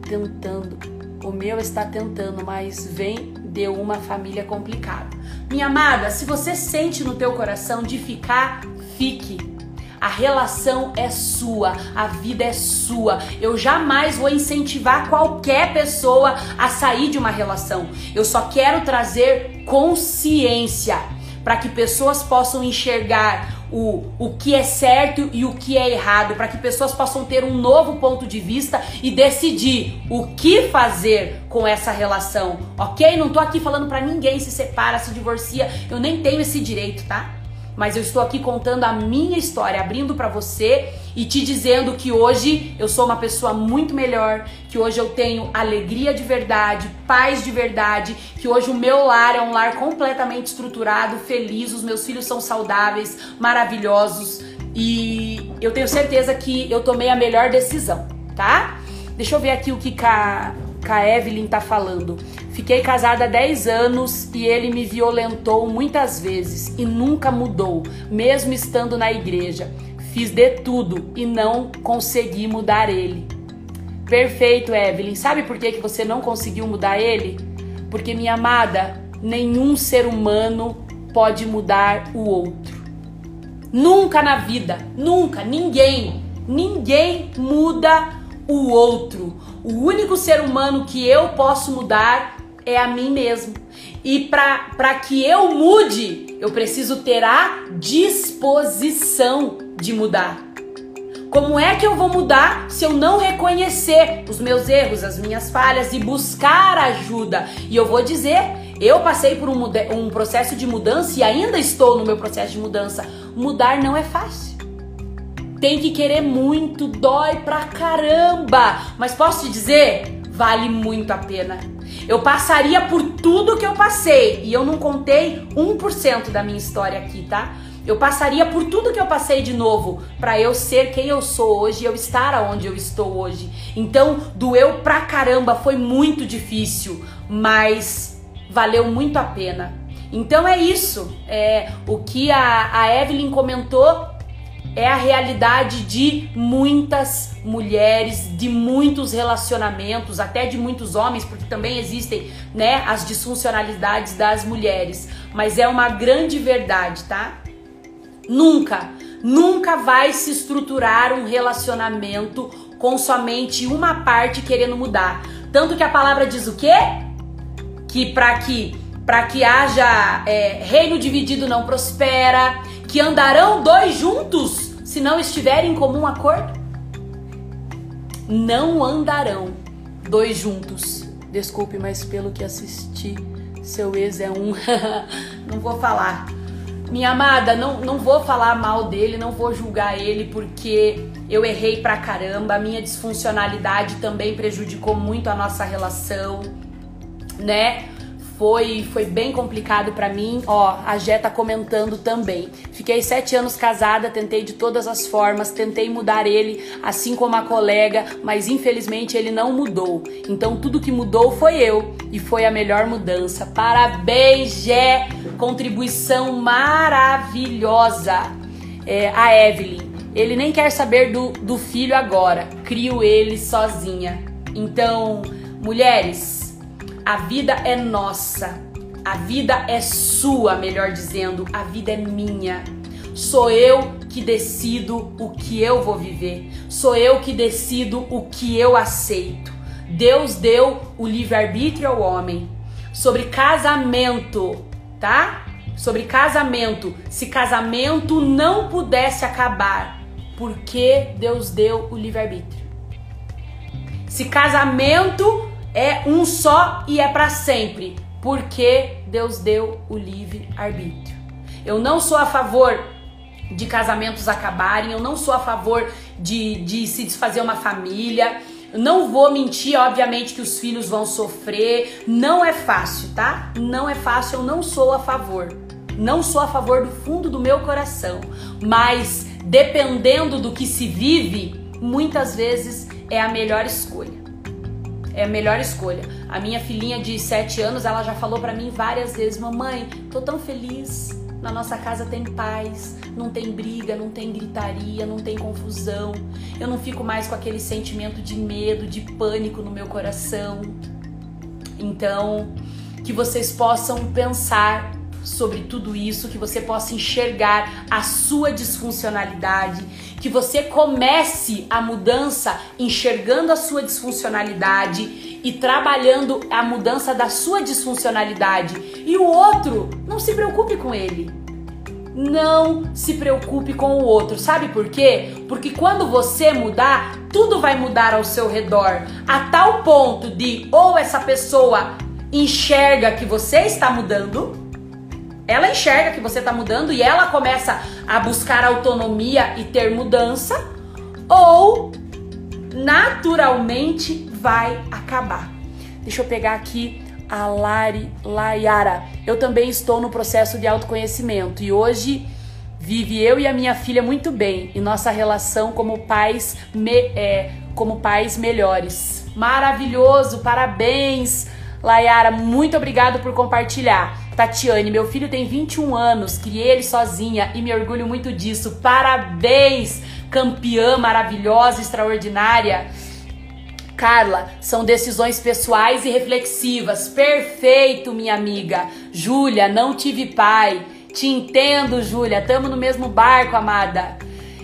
tentando, mas vem de uma família complicada. Minha amada, se você sente no teu coração de ficar, fique. A relação é sua, a vida é sua. Eu jamais vou incentivar qualquer pessoa a sair de uma relação. Eu só quero trazer consciência para que pessoas possam enxergar o que é certo e o que é errado, para que pessoas possam ter um novo ponto de vista e decidir o que fazer com essa relação, ok? Não tô aqui falando para ninguém se separa, se divorcia, eu nem tenho esse direito, tá? Mas eu estou aqui contando a minha história, abrindo para você e te dizendo que hoje eu sou uma pessoa muito melhor, que hoje eu tenho alegria de verdade, paz de verdade, que hoje o meu lar é um lar completamente estruturado, feliz, os meus filhos são saudáveis, maravilhosos e eu tenho certeza que eu tomei a melhor decisão, tá? Deixa eu ver aqui o que a Evelyn tá falando. Fiquei casada há 10 anos e ele me violentou muitas vezes e nunca mudou, mesmo estando na igreja. Fiz de tudo e não consegui mudar ele. Perfeito, Evelyn. Sabe por que você não conseguiu mudar ele? Porque, minha amada, nenhum ser humano pode mudar o outro. Nunca na vida, nunca, ninguém muda o outro. O único ser humano que eu posso mudar é a mim mesmo. E para que eu mude, eu preciso ter a disposição de mudar. Como é que eu vou mudar se eu não reconhecer os meus erros, as minhas falhas e buscar ajuda? E eu vou dizer, eu passei por um processo de mudança e ainda estou no meu processo de mudança. Mudar não é fácil. Tem que querer muito, dói pra caramba. Mas posso te dizer, vale muito a pena. Eu passaria por tudo que eu passei e eu não contei 1% da minha história aqui, tá? Eu passaria por tudo que eu passei de novo pra eu ser quem eu sou hoje, eu estar onde eu estou hoje. Então, doeu pra caramba, foi muito difícil, mas valeu muito a pena. Então é isso, o que a Evelyn comentou é a realidade de muitas mulheres, de muitos relacionamentos, até de muitos homens, porque também existem, né, as disfuncionalidades das mulheres. Mas é uma grande verdade, tá? Nunca vai se estruturar um relacionamento com somente uma parte querendo mudar. Tanto que a palavra diz o quê? Que para que haja reino dividido não prospera, que andarão dois juntos se não estiverem em comum acordo. Não andarão dois juntos. Desculpe, mas pelo que assisti, seu ex é um... Não vou falar. Minha amada, não vou falar mal dele, não vou julgar ele, porque eu errei pra caramba. A minha disfuncionalidade também prejudicou muito a nossa relação, né? Foi bem complicado pra mim. Ó, a Jé tá comentando também. Fiquei 7 anos casada, tentei de todas as formas, tentei mudar ele, assim como a colega, mas infelizmente ele não mudou. Então tudo que mudou foi eu, e foi a melhor mudança. Parabéns, Jé! Contribuição maravilhosa. A Evelyn, ele nem quer saber do filho agora, crio ele sozinha. Então, mulheres, a vida é nossa, a vida é sua, melhor dizendo, a vida é minha. Sou eu que decido o que eu vou viver, sou eu que decido o que eu aceito. Deus deu o livre-arbítrio ao homem. Sobre casamento, tá? Sobre casamento, se casamento não pudesse acabar, por que Deus deu o livre-arbítrio? Se casamento é um só e é para sempre, por que Deus deu o livre-arbítrio? Eu não sou a favor de casamentos acabarem, eu não sou a favor de se desfazer uma família. Não vou mentir, obviamente que os filhos vão sofrer, não é fácil, tá? Não é fácil, eu não sou a favor. Não sou a favor do fundo do meu coração, mas dependendo do que se vive, muitas vezes é a melhor escolha. É a melhor escolha. A minha filhinha de 7 anos, ela já falou pra mim várias vezes: mamãe, tô tão feliz, na nossa casa tem paz, não tem briga, não tem gritaria, não tem confusão. Eu não fico mais com aquele sentimento de medo, de pânico no meu coração. Então, que vocês possam pensar sobre tudo isso, que você possa enxergar a sua disfuncionalidade, que você comece a mudança enxergando a sua disfuncionalidade e trabalhando a mudança da sua disfuncionalidade. E o outro, não se preocupe com ele. Não se preocupe com o outro. Sabe por quê? Porque quando você mudar, tudo vai mudar ao seu redor, a tal ponto de ou essa pessoa enxerga que você está mudando, ela enxerga que você está mudando e ela começa a buscar autonomia e ter mudança, ou naturalmente vai acabar. Deixa eu pegar aqui a Layara. Eu também estou no processo de autoconhecimento e hoje vive eu e a minha filha muito bem e nossa relação como pais melhores. Maravilhoso, parabéns, Layara, muito obrigado por compartilhar. Tatiane, meu filho tem 21 anos, criei ele sozinha e me orgulho muito disso. Parabéns, campeã maravilhosa, extraordinária. Carla, são decisões pessoais e reflexivas. Perfeito, minha amiga. Júlia, não tive pai. Te entendo, Júlia. Tamo no mesmo barco, amada.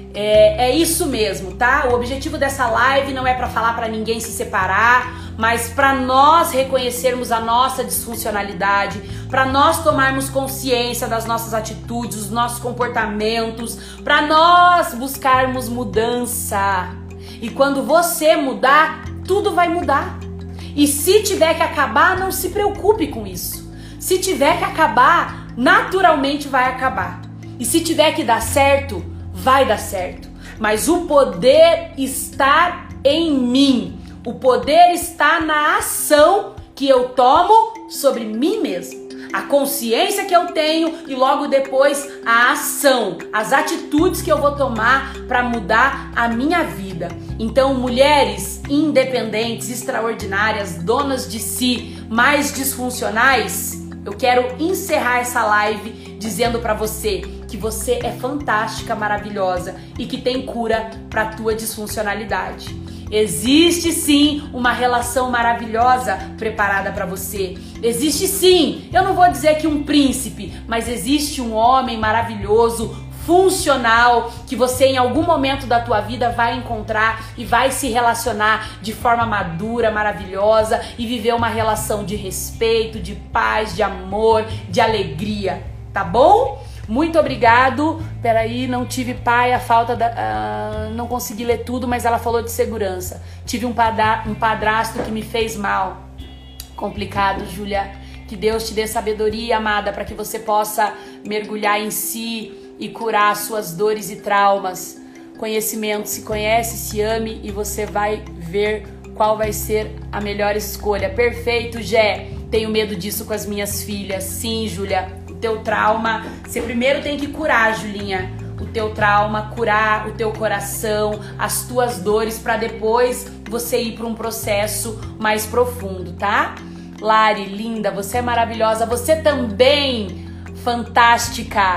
É isso mesmo, tá? O objetivo dessa live não é para falar para ninguém se separar, mas para nós reconhecermos a nossa disfuncionalidade, para nós tomarmos consciência das nossas atitudes, dos nossos comportamentos, para nós buscarmos mudança. E quando você mudar, tudo vai mudar. E se tiver que acabar, não se preocupe com isso. Se tiver que acabar, naturalmente vai acabar. E se tiver que dar certo, vai dar certo. Mas o poder está em mim. O poder está na ação que eu tomo sobre mim mesmo. A consciência que eu tenho e logo depois a ação, as atitudes que eu vou tomar para mudar a minha vida. Então, mulheres independentes, extraordinárias, donas de si, mais disfuncionais, eu quero encerrar essa live dizendo para você que você é fantástica, maravilhosa e que tem cura para a tua disfuncionalidade. Existe sim uma relação maravilhosa preparada para você. Existe sim, eu não vou dizer que um príncipe, mas existe um homem maravilhoso, funcional, que você em algum momento da tua vida vai encontrar e vai se relacionar de forma madura, maravilhosa e viver uma relação de respeito, de paz, de amor, de alegria, tá bom? Muito obrigado. Peraí, não tive pai, a falta da... não consegui ler tudo, mas ela falou de segurança. Tive um padrasto que me fez mal. Complicado, Júlia. Que Deus te dê sabedoria, amada, para que você possa mergulhar em si e curar as suas dores e traumas. Conhecimento, se conhece, se ame e você vai ver qual vai ser a melhor escolha. Perfeito, Gé. Tenho medo disso com as minhas filhas. Sim, Júlia. Teu trauma, você primeiro tem que curar, Julinha, o teu trauma, curar o teu coração, as tuas dores, para depois você ir para um processo mais profundo, tá? Lari, linda, você é maravilhosa, você também, fantástica,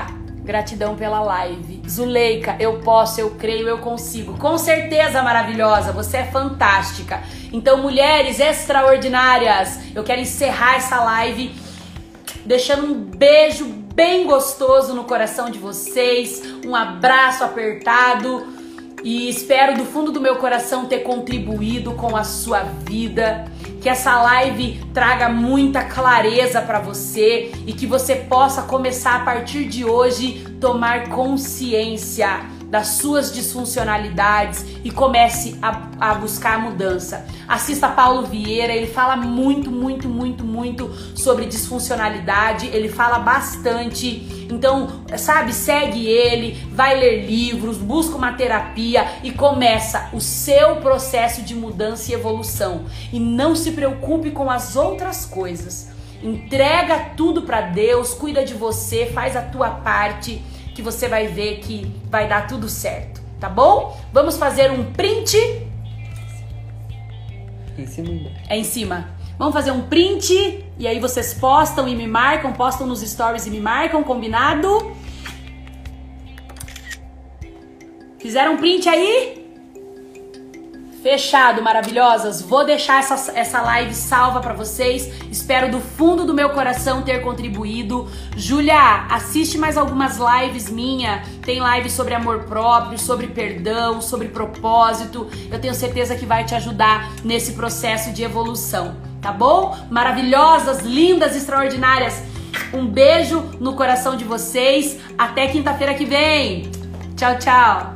Gratidão pela live. Zuleika, eu posso, eu creio, eu consigo. Com certeza, maravilhosa, você é fantástica. Então, mulheres extraordinárias, eu quero encerrar essa live deixando um beijo bem gostoso no coração de vocês, um abraço apertado e espero do fundo do meu coração ter contribuído com a sua vida. Que essa live traga muita clareza para você e que você possa começar a partir de hoje tomar consciência das suas disfuncionalidades e comece a buscar a mudança. Assista Paulo Vieira, ele fala muito sobre disfuncionalidade, ele fala bastante. Então, sabe, segue ele, vai ler livros, busca uma terapia e começa o seu processo de mudança e evolução. E não se preocupe com as outras coisas. Entrega tudo para Deus, cuida de você, faz a tua parte, que você vai ver que vai dar tudo certo, tá bom? Vamos fazer um print. Em cima e embaixo. É em cima. Vamos fazer um print e aí vocês postam e me marcam, postam nos stories e me marcam, combinado? Fizeram um print aí? Fechado, maravilhosas. Vou deixar essa live salva pra vocês. Espero do fundo do meu coração ter contribuído. Júlia, assiste mais algumas lives minha. Tem live sobre amor próprio, sobre perdão, sobre propósito. Eu tenho certeza que vai te ajudar nesse processo de evolução, tá bom? Maravilhosas, lindas, extraordinárias. Um beijo no coração de vocês. Até quinta-feira que vem. Tchau, tchau.